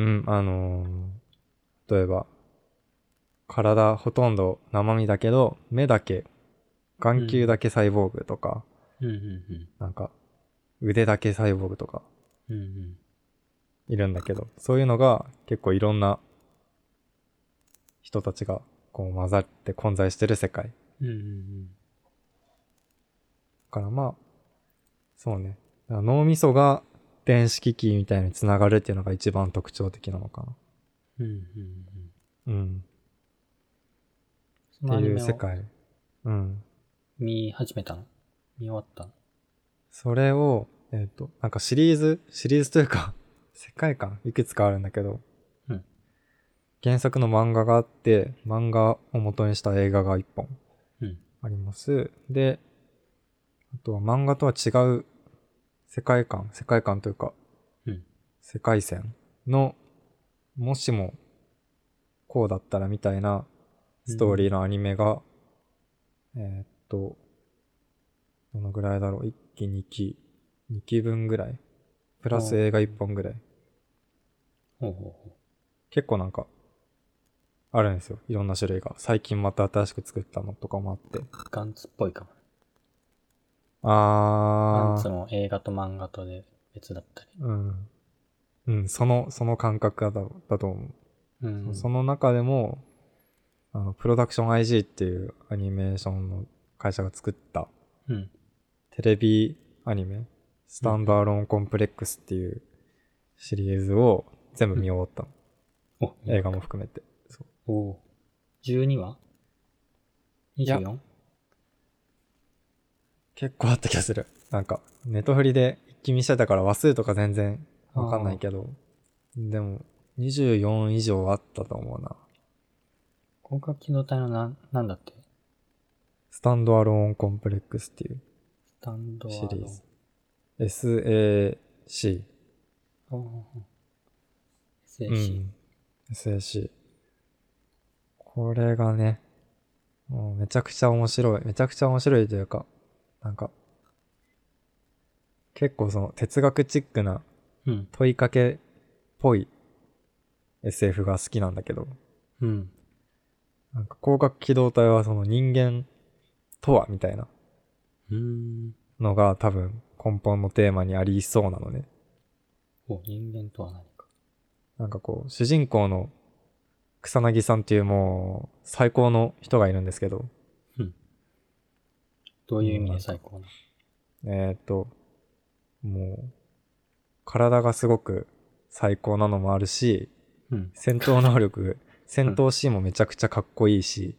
例えば、体ほとんど生身だけど、目だけ、眼球だけサイボーグとか、なんか、腕だけサイボーグとか、いるんだけど、そういうのが結構いろんな人たちがこう混ざって混在してる世界。だからまあ、そうね。脳みそが電子機器みたいにつながるっていうのが一番特徴的なのかな。うん。っていう世界。うん。 見始めたの？見終わったの？ それを、なんかシリーズというか、世界観いくつかあるんだけど、 うん。 原作の漫画があって、漫画を元にした映画が一本あります。で、あとは漫画とは違う世界観というか、世界線の、もしもこうだったらみたいなストーリーのアニメが、どのぐらいだろう、1期2期分ぐらい。プラス映画1本ぐらい。結構なんか、あるんですよ。いろんな種類が。最近また新しく作ったのとかもあって。 ガンツっぽいかも。 ガンツも映画と漫画とで別だったり。 その感覚だと思う。その中でも、プロダクション IG っていうアニメーションの会社が作った、テレビアニメ、スタンドアローンコンプレックスっていうシリーズを全部見終わったの。映画も含めて。 12話 ?24? 結構あった気がする。なんか、ネトフリで一気見してたから話数とか全然わかんないけど、でも、24以上あったと思うな。 広角機動隊のなんだって？ スタンドアローンコンプレックスっていうシシリーズ。 SAC。 SAC。 SAC。これがね、もうめちゃくちゃ面白い。めちゃくちゃ面白いというか、なんか、結構その哲学チックな問いかけっぽい SF が好きなんだけど、 うん。 なんか光学機動隊はその人間とはみたいなのが多分根本のテーマにありそうなのね。 人間とは何か。 なんかこう、主人公の草薙さんっていうもう最高の人がいるんですけど。 どういう意味で最高なの？もう、体がすごく最高なのもあるし、戦闘能力、戦闘シーンもめちゃくちゃかっこいいし、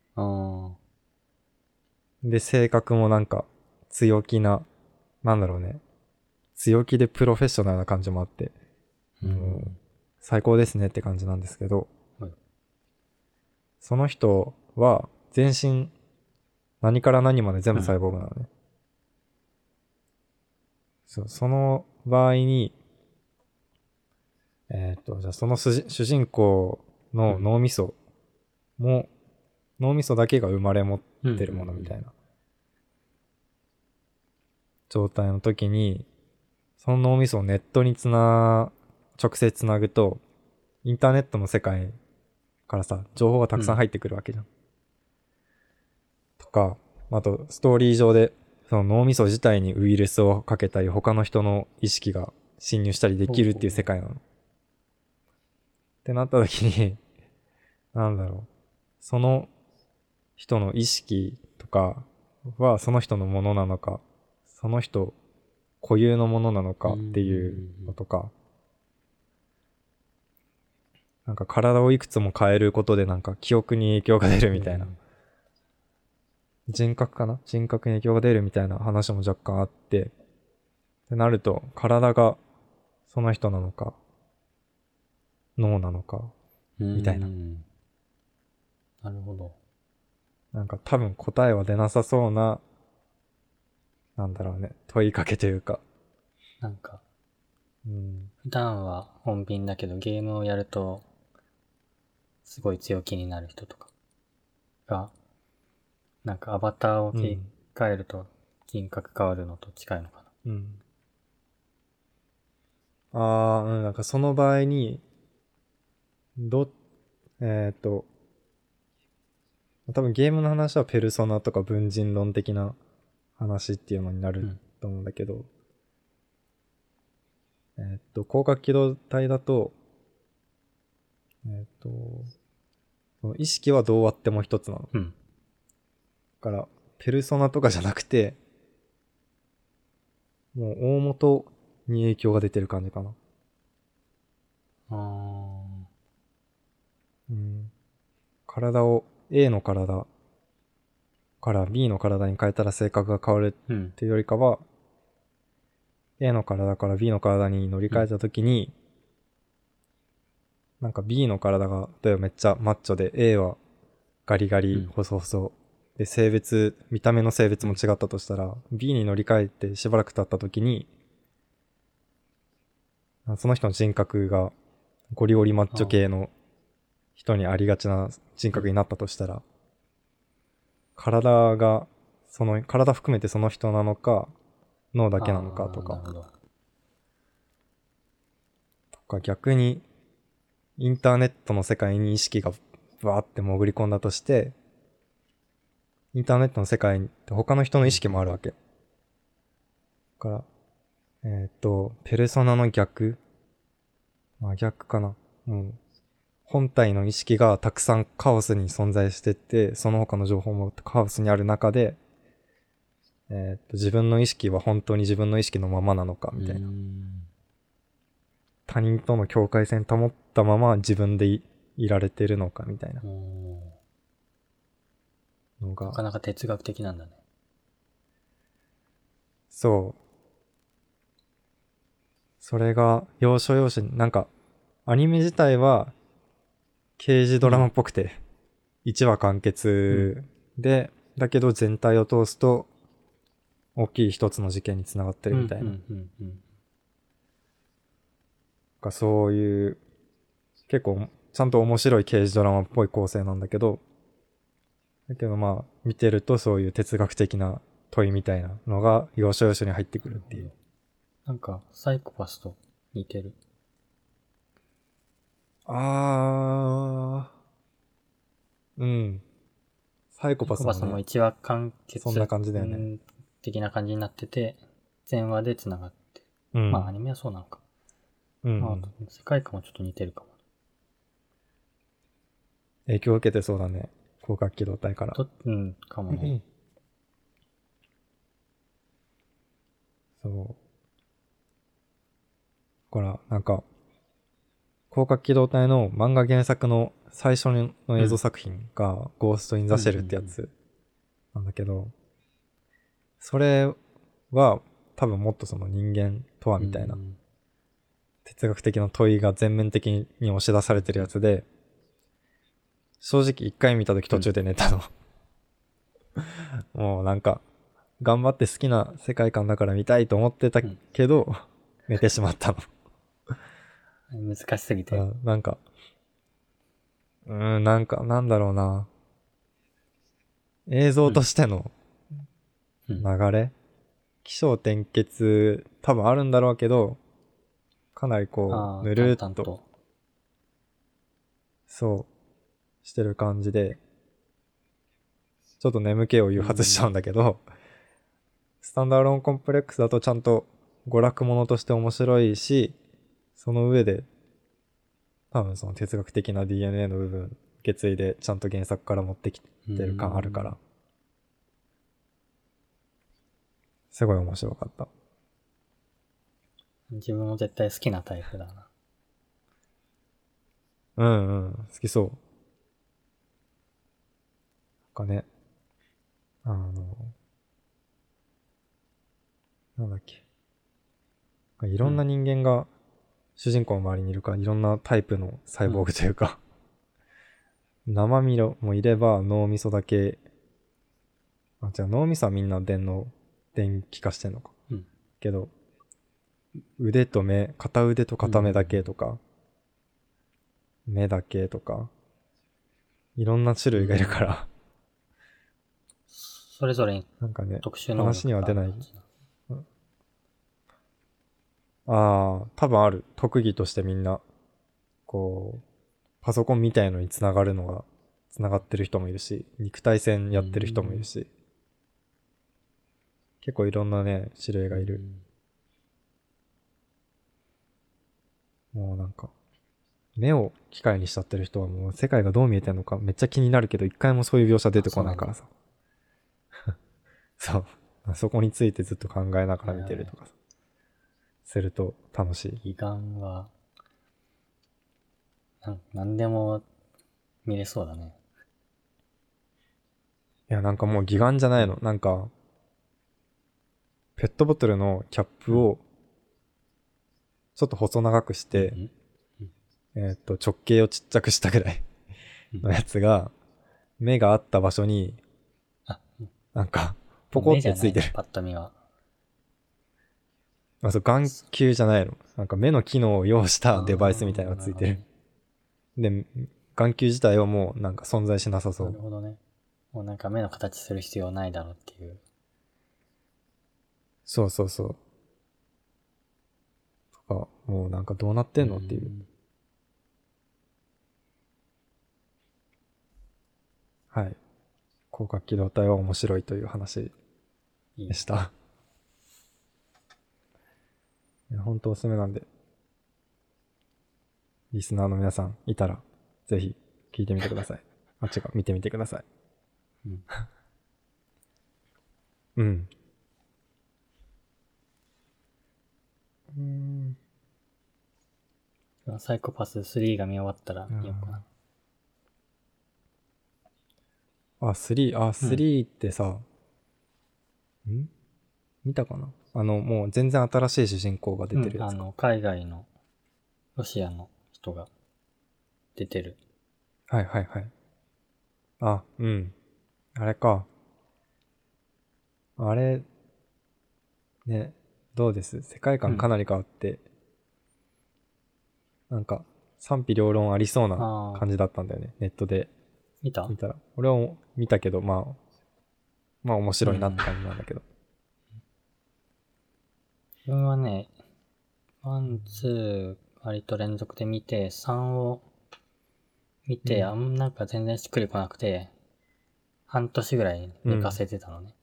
で、性格もなんか強気な、なんだろうね、強気でプロフェッショナルな感じもあって、最高ですねって感じなんですけど、その人は全身何から何まで全部サイボーグなのね。その場合に、じゃあその主人公の脳みそも、脳みそだけが生まれ持ってるものみたいな状態の時に、その脳みそをネットに直接つなぐと、インターネットの世界からさ、情報がたくさん入ってくるわけじゃん。とか、あと、ストーリー上で、その脳みそ自体にウイルスをかけたり、他の人の意識が侵入したりできるっていう世界なの。ってなった時に、なんだろう。その人の意識とかはその人のものなのか、その人固有のものなのかっていうのとか、なんか体をいくつも変えることでなんか記憶に影響が出るみたいな。人格かな？人格に影響が出るみたいな話も若干あって、ってなると体がその人なのか、脳なのか、みたいな。 なるほど。 なんか多分答えは出なさそうな、なんだろうね、問いかけというか。 なんか、普段は穏便だけどゲームをやると、すごい強気になる人とかが、なんかアバターを切り替えると人格変わるのと近いのかな。なんかその場合に、多分ゲームの話はペルソナとか文人論的な話っていうのになると思うんだけど、光学機動隊だと、その意識はどうあっても一つなの。だから、ペルソナとかじゃなくて、もう大元に影響が出てる感じかな。体を A の体から B の体に変えたら性格が変わるっていうよりかは、A の体から B の体に乗り換えたときに、なんか B の体が例えばめっちゃマッチョで A はガリガリ細々で見た目の性別も違ったとしたら、B に乗り換えてしばらく経ったときに、その人の人格がゴリゴリマッチョ系の人にありがちな人格になったとしたら、体含めてその人なのか、脳だけなのかとか。とか逆に、インターネットの世界に意識がバーって潜り込んだとして、インターネットの世界って他の人の意識もあるわけ。だから、ペルソナの逆かな。本体の意識がたくさんカオスに存在してて、その他の情報もカオスにある中で、自分の意識は本当に自分の意識のままなのか、みたいな。他人との境界線保ったまま自分で いられてるのか、みたいな。 なかなか哲学的なんだね。 そう。それが、要所要所に、なんか、アニメ自体は、刑事ドラマっぽくて、1話完結で、だけど全体を通すと、 大きい一つの事件につながってるみたいな。そういう、結構、ちゃんと面白い刑事ドラマっぽい構成なんだけど、だけどまあ、見てるとそういう哲学的な問いみたいなのが要所要所に入ってくるっていう。 なんか、サイコパスと似てる。 うん。サイコパスもね。 サイコパスも1話完結。 そんな感じだよね。 的な感じになってて、全話で繋がって。うん、まあ、アニメはそうなのか。うん、まあ、世界観もちょっと似てるかも。 影響を受けてそうだね。広角機動隊から。 うん、かもね。 そう。ほら、なんか、広角機動隊の漫画原作の最初の映像作品が、ゴースト・イン・ザ・シェルってやつなんだけど、それは多分もっとその人間とはみたいな、哲学的な問いが全面的に押し出されてるやつで、正直一回見たとき途中で寝たの。もうなんか、頑張って好きな世界観だから見たいと思ってたけど、寝てしまったの。 難しすぎて。 なんか、なんだろうな。映像としての流れ、起承転結多分あるんだろうけど、かなりこう、ぬるっと、そうしてる感じで、ちょっと眠気を誘発しちゃうんだけど、スタンダーローンコンプレックスだとちゃんと娯楽ものとして面白いし、その上で、多分その哲学的な DNA の部分、受け継いでちゃんと原作から持ってきてる感あるから、すごい面白かった。 自分も絶対好きなタイプだな。 うんうん、好きそう。なんかね、なんだっけ。いろんな人間が主人公の周りにいるから、いろんなタイプのサイボーグというか、生身もいれば脳みそだけ、じゃあ脳みそはみんな電気化してんのか。けど、腕と目、片腕と片目だけとか、目だけとか、いろんな種類がいるから、 それぞれになんかね、 特殊能力話には出ない。多分ある。特技としてみんな、こう、パソコンみたいのにつながってる人もいるし、肉体戦やってる人もいるし、結構いろんなね、種類がいる。もうなんか、目を機械にしちゃってる人はもう世界がどう見えてんのかめっちゃ気になるけど、一回もそういう描写出てこないからさ。そう。そこについてずっと考えながら見てるとかさ。すると楽しい。 義眼は、なんでも見れそうだね。 いや、なんかもう義眼じゃないの。なんか、ペットボトルのキャップを、ちょっと細長くして、直径をちっちゃくしたぐらいのやつが、目があった場所に、なんか、ポコってついてる。 パッと見は。 そう、眼球じゃないの。なんか目の機能を要したデバイスみたいなのがついてる。で、眼球自体はもうなんか存在しなさそう。 なるほどね。もうなんか目の形する必要ないだろうっていう。 そうそうそう。とか、もうなんかどうなってんのっていう。はい。広角機動隊は面白いという話でした。いや、本当おすすめなんで、リスナーの皆さんいたら、ぜひ聞いてみてください。見てみてください。うん。 サイコパス3が見終わったら見ようかな。 3ってさ、見たかな？もう全然新しい主人公が出てるやつか。 海外のロシアの人が出てる。 はいはいはい。あれか。あれ、 ね、どうです世界観かなり変わって、なんか賛否両論ありそうな感じだったんだよね、ネットで見たら。俺は見たけど、まあ面白いなって感じなんだけど。 自分はね、1、2割と連続で見て、3を見て、なんか全然しっくりこなくて、半年ぐらい寝かせてたのね。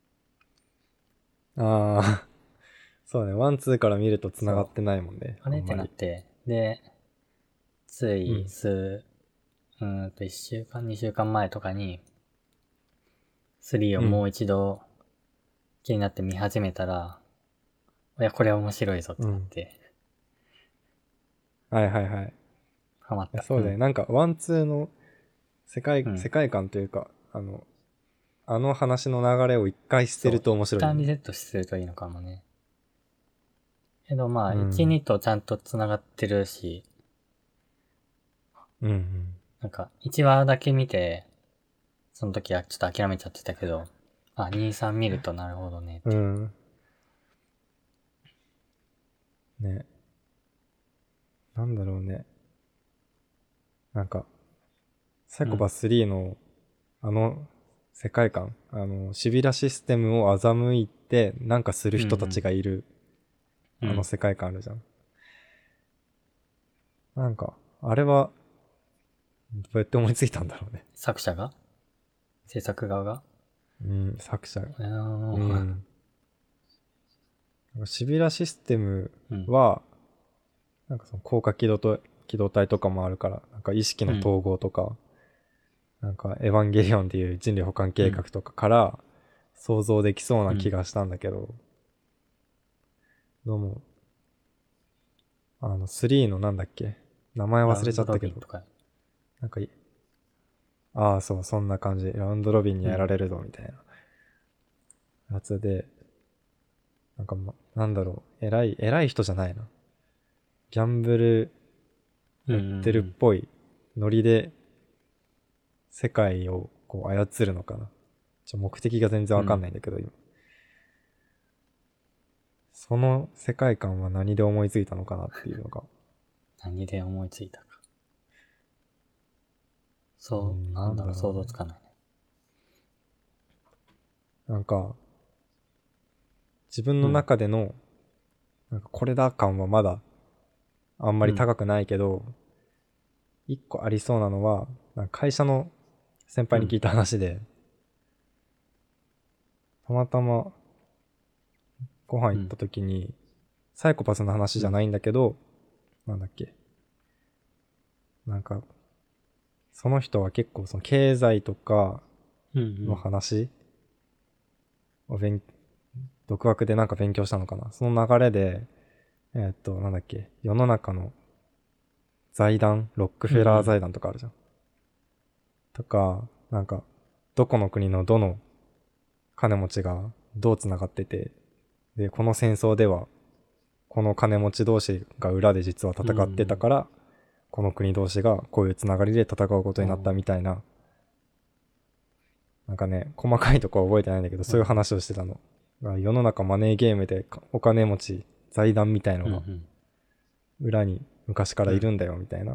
ああ、そうね、1、2から見ると繋がってないもんね。 あれってなって、で、つい1週間、2週間前とかに、3をもう一度気になって見始めたら、いや、これは面白いぞってなって、 はいはいはい。 ハマった。 そうだよ、なんか、ワン、ツーの世界観というか、あの話の流れを一回捨てると面白い、 一旦リセットするといいのかもね。けどまあ、1、2とちゃんと繋がってるし、なんか、1話だけ見て、その時はちょっと諦めちゃってたけど、あ、2、3見るとなるほどねって。 ね。なんだろうね。なんか、サイコパス3の、世界観、シビラシステムを欺いて、なんかする人たちがいる、世界観あるじゃん。なんか、あれは、どうやって思いついたんだろうね。 作者が制作側が作者が。シビラシステムは、なんかその高架機動体とかもあるから、なんか意識の統合とか、なんかエヴァンゲリオンっていう人類補完計画とかから想像できそうな気がしたんだけど、どうも、3のなんだっけ名前忘れちゃったけど、なんかそう、そんな感じ。ラウンドロビンにやられるぞ、みたいなやつで、なんかなんだろう、偉い人じゃないな。ギャンブルやってるっぽいノリで世界をこう操るのかな。目的が全然わかんないんだけど、今。その世界観は何で思いついたのかなっていうのが。 何で思いついたか。そう、なんだろう、想像つかないね。 なんか、自分の中での、なんかこれだ感はまだあんまり高くないけど、一個ありそうなのは、なんか会社の先輩に聞いた話で、たまたまご飯行った時に、サイコパスの話じゃないんだけど、なんだっけ。なんか、その人は結構その経済とかの話を独学でなんか勉強したのかな。その流れで、なんだっけ、世の中の財団、ロックフェラー財団とかあるじゃん。とか、なんか、どこの国のどの金持ちがどう繋がってて、で、この戦争では、この金持ち同士が裏で実は戦ってたから、この国同士がこういう繋がりで戦うことになったみたいな、なんかね、細かいとこは覚えてないんだけど、そういう話をしてたの。世の中マネーゲームでお金持ち、財団みたいのが、裏に昔からいるんだよ、みたいな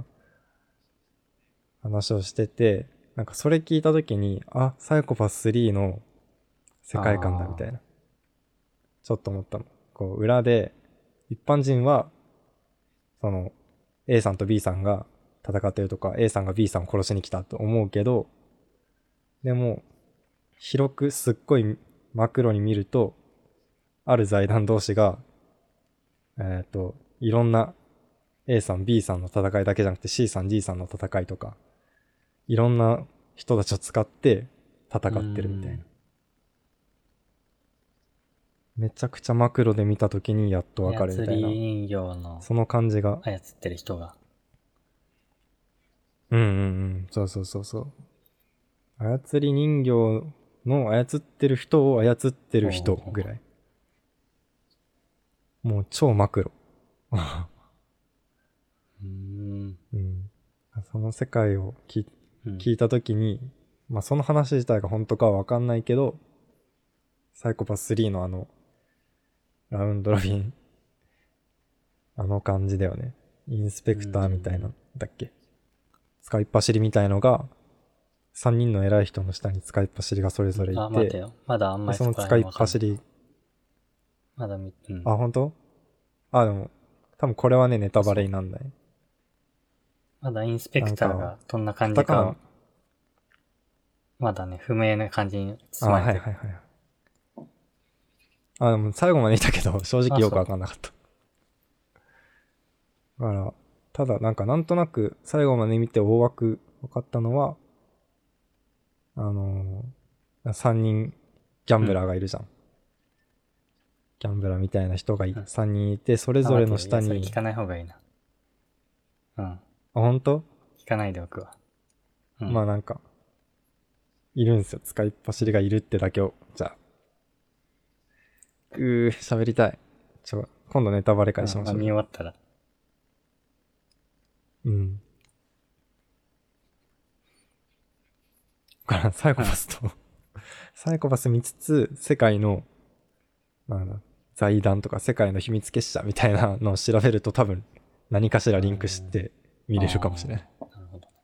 話をしてて、なんかそれ聞いたときに、サイコパス3の世界観だ、みたいな。ちょっと思ったの。こう、裏で、一般人は、その、A さんと B さんが戦ってるとか、A さんが B さんを殺しに来たと思うけど、でも、広くすっごいマクロに見ると、ある財団同士が、いろんな A さん、B さんの戦いだけじゃなくて C さん、D さんの戦いとか、いろんな人たちを使って戦ってるみたいな。めちゃくちゃマクロで見たときにやっとわかるみたいな。 操り人形のその感じが。 操ってる人が。 そうそうそうそう。操り人形の操ってる人を操ってる人ぐらい。もう超マクロ。その世界を聞いたときに、まあその話自体が本当かはわかんないけど、サイコパス3のラウンドロビン。あの感じだよね。インスペクターみたいな、だっけ。使いっ走りみたいのが、3人の偉い人の下に使いっ走りがそれぞれいて、 待てよ。まだあんまりその使いっ走り、 まだあ、本当？でも、多分これはね、ネタバレになんない。 まだインスペクターがどんな感じか、まだね、不明な感じに包まれてる。 はいはいはい。でも最後まで見たけど、正直よくわかんなかった。だから、ただなんとなく最後まで見て大枠分かったのは、3人ギャンブラーがいるじゃん。ギャンブラーみたいな人が3人いて、それぞれの下に。 それ聞かない方がいいな。 本当？ 聞かないでおくわ。 まあいるんですよ。使いっ走りがいるってだけを、じゃあ。喋りたい。今度ネタバレ会しましょう。 見終わったら。 だからサイコパスと、サイコパス見つつ、世界の、財団とか世界の秘密結社みたいなのを調べると多分何かしらリンクして見れるかもしれない。 なるほど。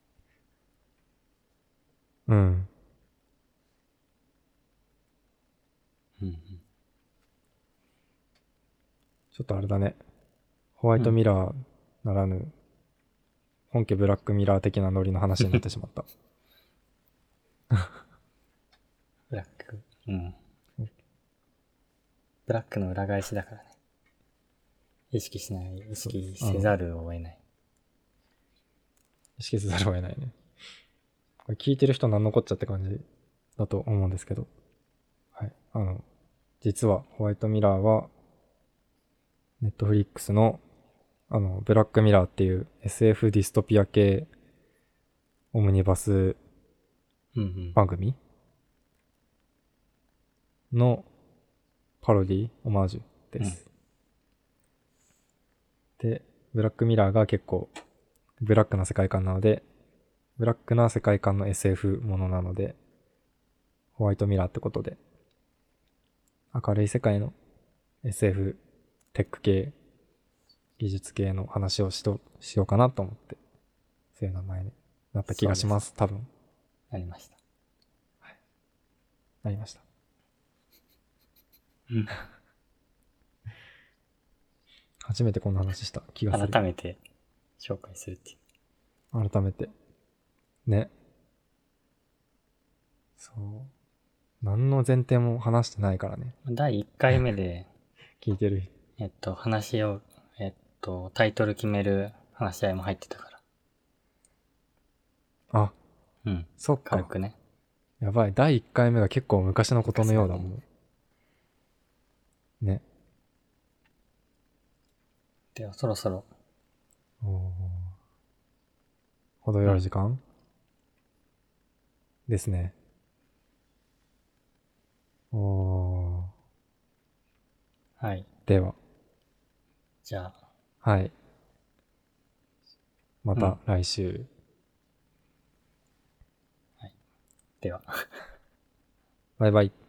ちょっとあれだね。ホワイトミラーならぬ、本家ブラックミラー的なノリの話になってしまった。 ブラック。ブラックの裏返しだからね。意識せざるを得ない。 意識せざるを得ないね。これ聞いてる人何のこっちゃって感じだと思うんですけど。はい。実はホワイトミラーは、ネットフリックスの、ブラックミラーっていう SF ディストピア系オムニバス番組のパロディ、オマージュです。で、ブラックミラーが結構ブラックな世界観なので、ブラックな世界観の SF ものなので、ホワイトミラーってことで、明るい世界の SF、テック系、技術系の話をしようかなと思って、そういう名前になった気がします、多分。 なりました。 はい。なりました。初めてこんな話した気がする。 改めて紹介するっていう。 改めて。ね。そう。何の前提も話してないからね。 第1回目で、 聞いてる。 話を、タイトル決める話し合いも入ってたから。そっか。軽くね。 やばい。第1回目が結構昔のことのようだもん。ね。 では、そろそろ。 程よい時間、ですね。 はい。 では。 じゃあ。はい。また来週。 はい。では。 バイバイ。